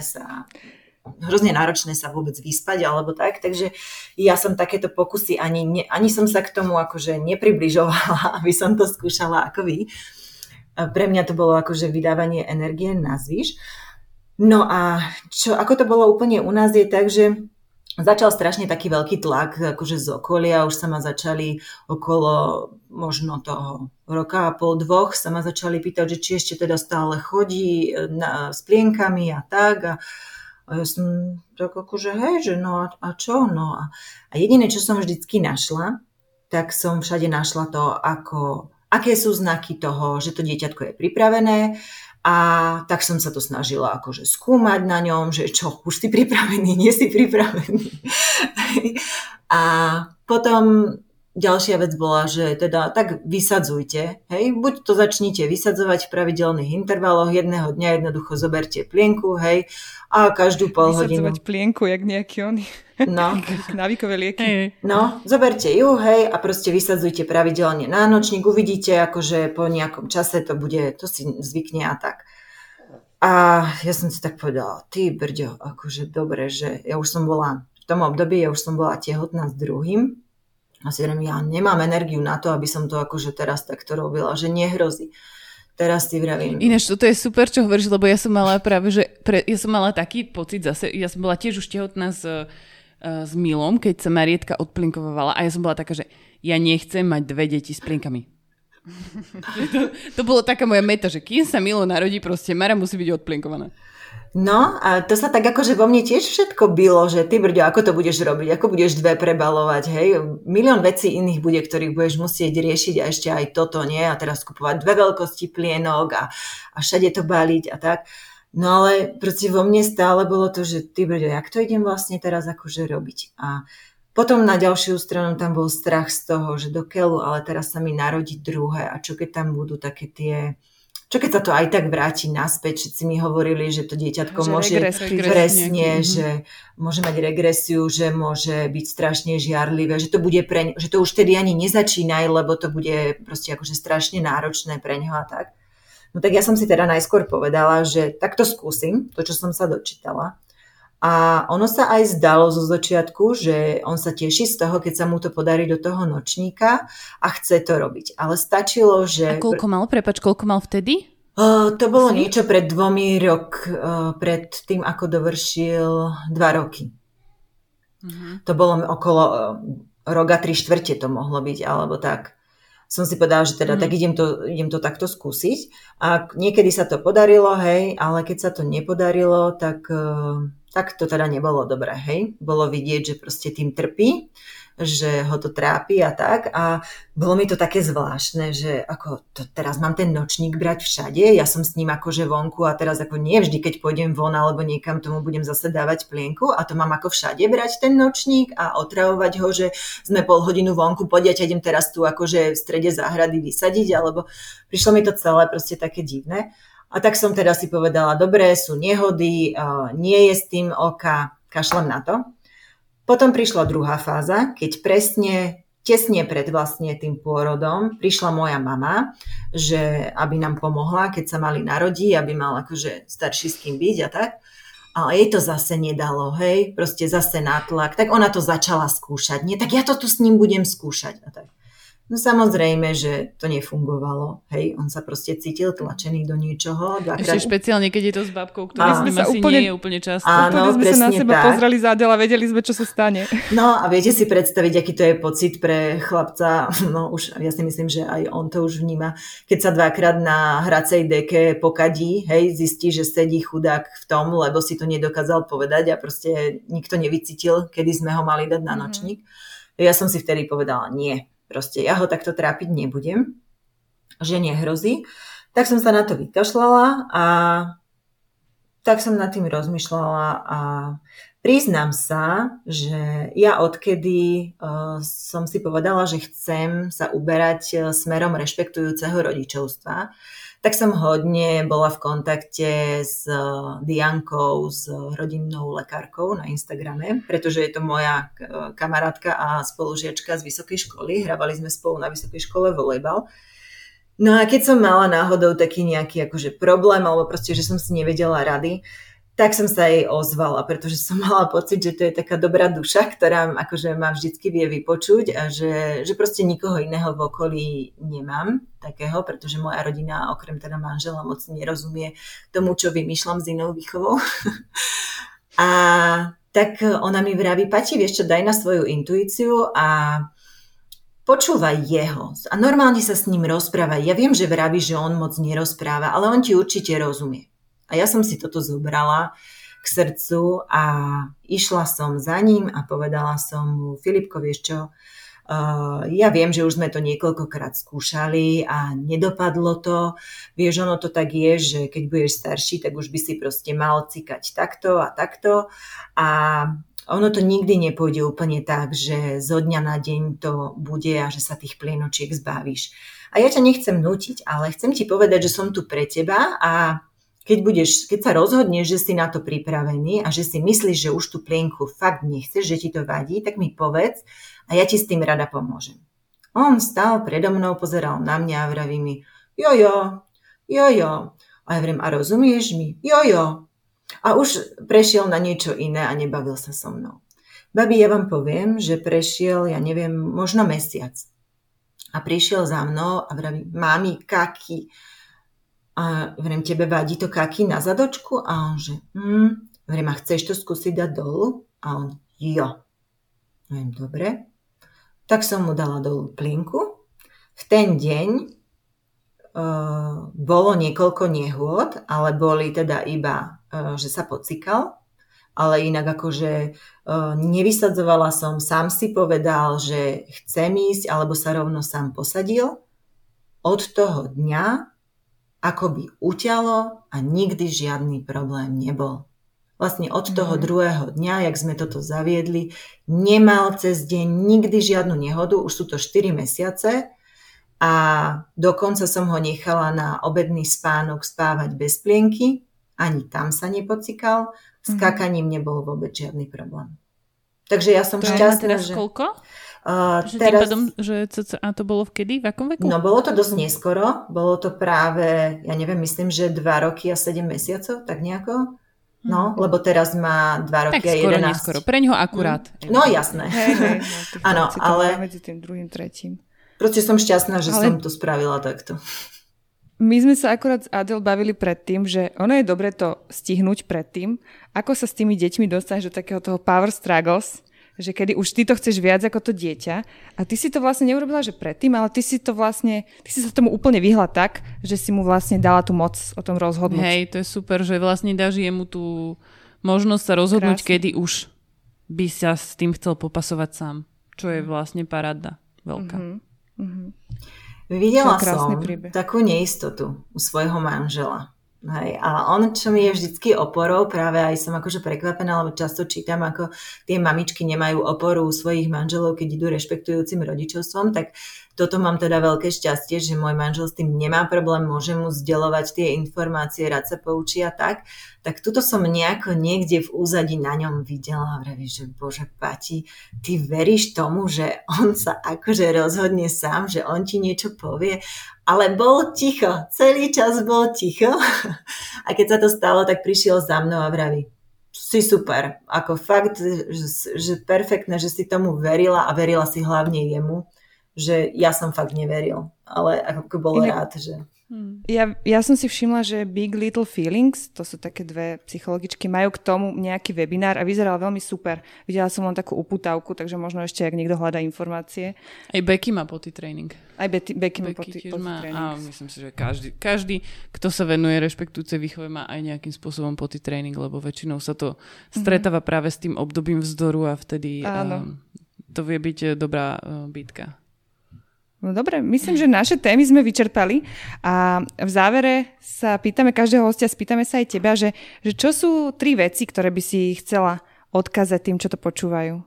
C: hrozne náročné sa vôbec vyspať alebo tak, takže ja som takéto pokusy ani som sa k tomu akože nepribližovala, aby som to skúšala ako vy. Pre mňa to bolo akože vydávanie energie na zvyš. No a ako to bolo úplne u nás je tak, že začal strašne taký veľký tlak akože z okolia, už sa ma začali okolo možno toho roka a pol, 2 sa ma začali pýtať, že či ešte teda stále chodí s plienkami a tak a ja som tak akože hej, že no a čo? No a jediné, čo som vždycky našla, tak som všade našla to, aké sú znaky toho, že to dieťatko je pripravené. A tak som sa to snažila akože skúmať na ňom, že čo, už si pripravený, nie si pripravený. A potom ďalšia vec bola, že teda tak vysadzujte, hej, buď to začnite vysadzovať v pravidelných intervaloch, jedného dňa jednoducho zoberte plienku, hej, a každú pol hodinu.
A: Vysadzovať plienku, jak nejaký oni.
C: No.
A: Návykové lieky.
C: No, zoberte ju, hej, a proste vysadzujte pravidelne nánočník, uvidíte, akože po nejakom čase to si zvykne a tak. A ja som si tak povedala, ty brďo, akože dobre, že ja už som bola, v tom období ja už som bola tehotná s druhým, a si hovorím, ja nemám energiu na to, aby som to akože teraz takto robila, že nehrozí. Teraz si vravím.
B: Ináč, toto je super, čo hovoríš, lebo ja som mala práve, ja som mala taký pocit zase, ja som bola tiež už tehotná s Milom, keď sa Marietka odplinkovala a ja som bola taká, že ja nechcem mať 2 deti s plinkami. to bolo taká moja meta, že kým sa Milo narodí, proste Mara musí byť odplinkovaná.
C: No a to sa tak akože vo mne tiež všetko bylo, že ty brďo, ako to budeš robiť, ako budeš 2 prebalovať, hej, milión vecí iných bude, ktorých budeš musieť riešiť a ešte aj toto, nie, a teraz kupovať 2 veľkosti plienok a všade to baliť a tak. No ale proste vo mne stále bolo to, že ty brďo, jak to idem vlastne teraz akože robiť. A potom na ďalšiu stranu tam bol strach z toho, že do keľu, ale teraz sa mi narodí druhé a čo keď tam budú také tie... Čo keď sa to aj tak vráti naspäť, všetci mi hovorili, že to dieťatko môže presne, že môže mať regresiu, že môže byť strašne žiarlivé, že to bude že to už tedy ani nezačínaj, lebo to bude proste akože strašne náročné pre ňoho a tak. No tak ja som si teda najskôr povedala, že tak to skúsim, to čo som sa dočítala. A ono sa aj zdalo zo začiatku, že on sa teší z toho, keď sa mu to podarí do toho nočníka a chce to robiť. Ale stačilo, že...
B: A koľko mal vtedy?
C: To bolo niečo pred 2 pred tým, ako dovršil 2 roky. To bolo okolo roka 3/4 to mohlo byť, alebo tak. Som si povedala, že teda tak idem to takto skúsiť. A niekedy sa to podarilo, hej, ale keď sa to nepodarilo, tak to teda nebolo dobré, hej. Bolo vidieť, že proste tým trpí, že ho to trápi a tak. A bolo mi to také zvláštne, že ako to teraz mám ten nočník brať všade, ja som s ním akože vonku a teraz ako nie vždy, keď pôjdem von alebo niekam, tomu budem zase dávať plienku a to mám ako všade brať ten nočník a otravovať ho, že sme pol hodinu vonku, poď ja ťa idem teraz tu akože v strede záhrady vysadiť, alebo prišlo mi to celé proste také divné. A tak som teda si povedala, dobre, sú nehody, nie je s tým oka, kašlem na to. Potom prišla druhá fáza, keď tesne pred vlastne tým pôrodom prišla moja mama, že aby nám pomohla, keď sa mali narodiť, aby mal akože starší s kým byť a tak. Ale jej to zase nedalo, hej, proste zase nátlak. Tak ona to začala skúšať, nie, tak ja to tu s ním budem skúšať a tak. No samozrejme, že to nefungovalo. Hej, on sa proste cítil tlačený do niečoho.
B: Ešte špeciálne, keď je to s babkou, ktorá s ním asi nie je úplne často.
C: Áno,
A: sme sa na seba pozreli zádel a vedeli sme, čo sa stane.
C: No a viete si predstaviť, aký to je pocit pre chlapca. No už ja si myslím, že aj on to už vníma. Keď sa 2-krát na hracej deke pokadí, hej, zistí, že sedí chudák v tom, lebo si to nedokázal povedať a proste nikto nevycítil, kedy sme ho mali dať na nočník. Ja som si vtedy povedala, nie. Proste ja ho takto trápiť nebudem, že nehrozí. Tak som sa na to vykašľala a tak som nad tým rozmýšľala a priznám sa, že ja odkedy som si povedala, že chcem sa uberať smerom rešpektujúceho rodičovstva, tak som hodne bola v kontakte s Diankou, s rodinnou lekárkou na Instagrame, pretože je to moja kamarátka a spolužiačka z vysokej školy. Hrávali sme spolu na vysokej škole volejbal. No a keď som mala náhodou taký nejaký akože problém, alebo proste, že som si nevedela rady, tak som sa jej ozvala, pretože som mala pocit, že to je taká dobrá duša, ktorá akože ma vždycky vie vypočuť a že proste nikoho iného v okolí nemám takého, pretože moja rodina okrem teda manžela moc nerozumie tomu, čo vymýšľam s inou výchovou. A tak ona mi vraví, Pati, vieš čo, daj na svoju intuíciu a počúvaj jeho. A normálne sa s ním rozprávaj. Ja viem, že vraví, že on moc nerozpráva, ale on ti určite rozumie. A ja som si toto zobrala k srdcu a išla som za ním a povedala som mu, Filipko, vieš čo, ja viem, že už sme to niekoľkokrát skúšali a nedopadlo to. Vieš, ono to tak je, že keď budeš starší, tak už by si proste mal cikať takto a takto. A ono to nikdy nepôjde úplne tak, že zo dňa na deň to bude a že sa tých plienočiek zbavíš. A ja ťa nechcem nútiť, ale chcem ti povedať, že som tu pre teba a keď sa rozhodneš, že si na to pripravený a že si myslíš, že už tú plienku fakt nechceš, že ti to vadí, tak mi povedz a ja ti s tým rada pomôžem. On stál predo mnou, pozeral na mňa a vraví mi, jojo. A ja vriem, a rozumieš mi? Jojo. A už prešiel na niečo iné a nebavil sa so mnou. Babi, ja vám poviem, že prešiel, ja neviem, možno mesiac. A prišiel za mnou a vraví, mami, kaki. A vriem, tebe vadí to kaki na zadočku? A on že, vriem, a chceš to skúsiť dať dolu? A on, jo. Vriem, dobre. Tak som mu dala dolu plienku. V ten deň bolo niekoľko nehôd, ale boli teda iba, že sa pocikal, ale inak akože nevysadzovala som, sám si povedal, že chcem ísť, alebo sa rovno sám posadil. Od toho dňa akoby uťalo a nikdy žiadny problém nebol. Vlastne od toho druhého dňa, jak sme toto zaviedli, nemal cez deň nikdy žiadnu nehodu, už sú to 4 mesiace, a dokonca som ho nechala na obedný spánok spávať bez plienky, ani tam sa nepocikal, s kakaním nebol vôbec žiadny problém. Takže ja som šťastná,
B: teraz
C: že...
B: koľko?
C: Teraz...
B: Pádom, že a to bolo vkedy? V akom veku?
C: No bolo to dosť neskoro, bolo to práve, ja neviem, myslím, že 2 roky a 7 mesiacov, tak nejako. No, lebo teraz má 2 roky
B: tak
C: a 11.
B: Tak neskoro, preňho akurát.
C: No jasné.
A: Hej,
C: áno, ale...
A: medzi tým druhým, tretím.
C: Proste som šťastná, že som to spravila takto.
A: My sme sa akurát s Adel bavili predtým, že ono je dobre to stihnúť predtým, ako sa s tými deťmi dostaneš do takého toho power struggles, že kedy už ty to chceš viac ako to dieťa a ty si to vlastne neurobila, že predtým, ale ty si sa tomu úplne vyhla tak, že si mu vlastne dala tú moc o tom rozhodnúť.
B: Hej, to je super, že vlastne dáš jemu tú možnosť sa rozhodnúť, kedy už by sa s tým chcel popasovať sám, čo je vlastne paráda veľká.
C: Videla som takú neistotu u svojho manžela. Hej, a on, čo mi je vždycky oporou, práve aj som akože prekvapená, lebo často čítam, ako tie mamičky nemajú oporu u svojich manželov, keď idú rešpektujúcim rodičovstvom, tak toto mám teda veľké šťastie, že môj manžel s tým nemá problém, môže mu zdieľovať tie informácie, rád sa poučí a tak tuto som nejako niekde v úzadí na ňom videla a vraví, že bože Pati, ty veríš tomu, že on sa akože rozhodne sám, že on ti niečo povie, ale bol ticho, celý čas bol ticho a keď sa to stalo, tak prišiel za mnou a vraví, si super, ako fakt, že perfektné, že si tomu verila a verila si hlavne jemu, že ja som fakt neveril, ale ako bol rád, že...
A: Ja som si všimla, že Big Little Feelings, to sú také dve psychologičky, majú k tomu nejaký webinár a vyzeral veľmi super. Videla som len takú uputávku, takže možno ešte, ak niekto hľadá informácie.
B: Aj Becky má potty tréning.
A: Aj Becky má potty tréning.
B: A myslím si, že každý, kto sa venuje rešpektujúcej výchove, má aj nejakým spôsobom potty tréning, lebo väčšinou sa to stretáva práve s tým obdobím vzdoru a vtedy to vie byť dobrá bitka.
A: No dobre, myslím, že naše témy sme vyčerpali a v závere sa pýtame každého hostia, spýtame sa aj teba, že čo sú 3 veci, ktoré by si chcela odkázať tým, čo to počúvajú?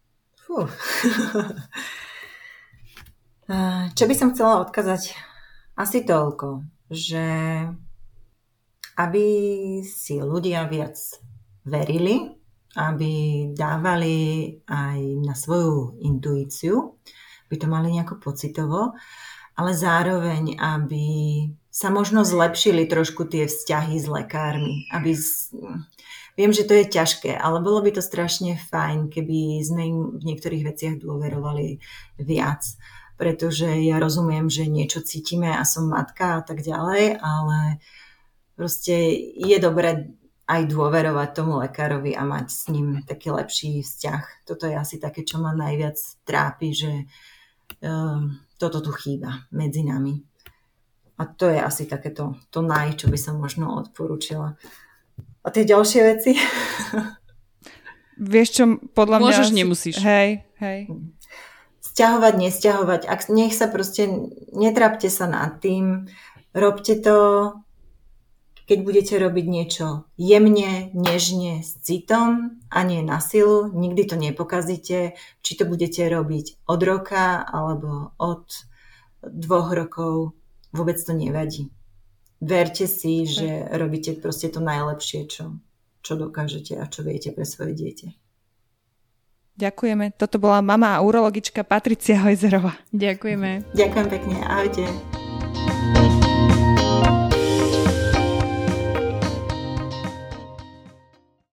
C: Čo by som chcela odkázať? Asi toľko, že aby si ľudia viac verili, aby dávali aj na svoju intuíciu, by to mali nejako pocitovo, ale zároveň, aby sa možno zlepšili trošku tie vzťahy s lekármi. Viem, že to je ťažké, ale bolo by to strašne fajn, keby sme im v niektorých veciach dôverovali viac. Pretože ja rozumiem, že niečo cítime a som matka a tak ďalej, ale proste je dobré aj dôverovať tomu lekárovi a mať s ním taký lepší vzťah. Toto je asi také, čo ma najviac trápi, že toto tu chýba medzi nami. A to je asi takéto to čo by som možno odporúčila. A tie ďalšie veci?
A: Vieš čo, podľa mňa...
B: Môžeš, nemusíš.
A: Hej.
C: Sťahovať, nesťahovať. Nech sa proste, netrápte sa nad tým, robte to keď budete robiť niečo jemne, nežne, s citom a nie na silu, nikdy to nepokazíte, či to budete robiť od roka alebo od 2 rokov, vôbec to nevadí. Verte si, že robíte proste to najlepšie, čo dokážete a čo viete pre svoje dieťa.
A: Ďakujeme. Toto bola mama a urologička Patricia Hojzerová.
B: Ďakujeme.
C: Ďakujem pekne. Ahojte.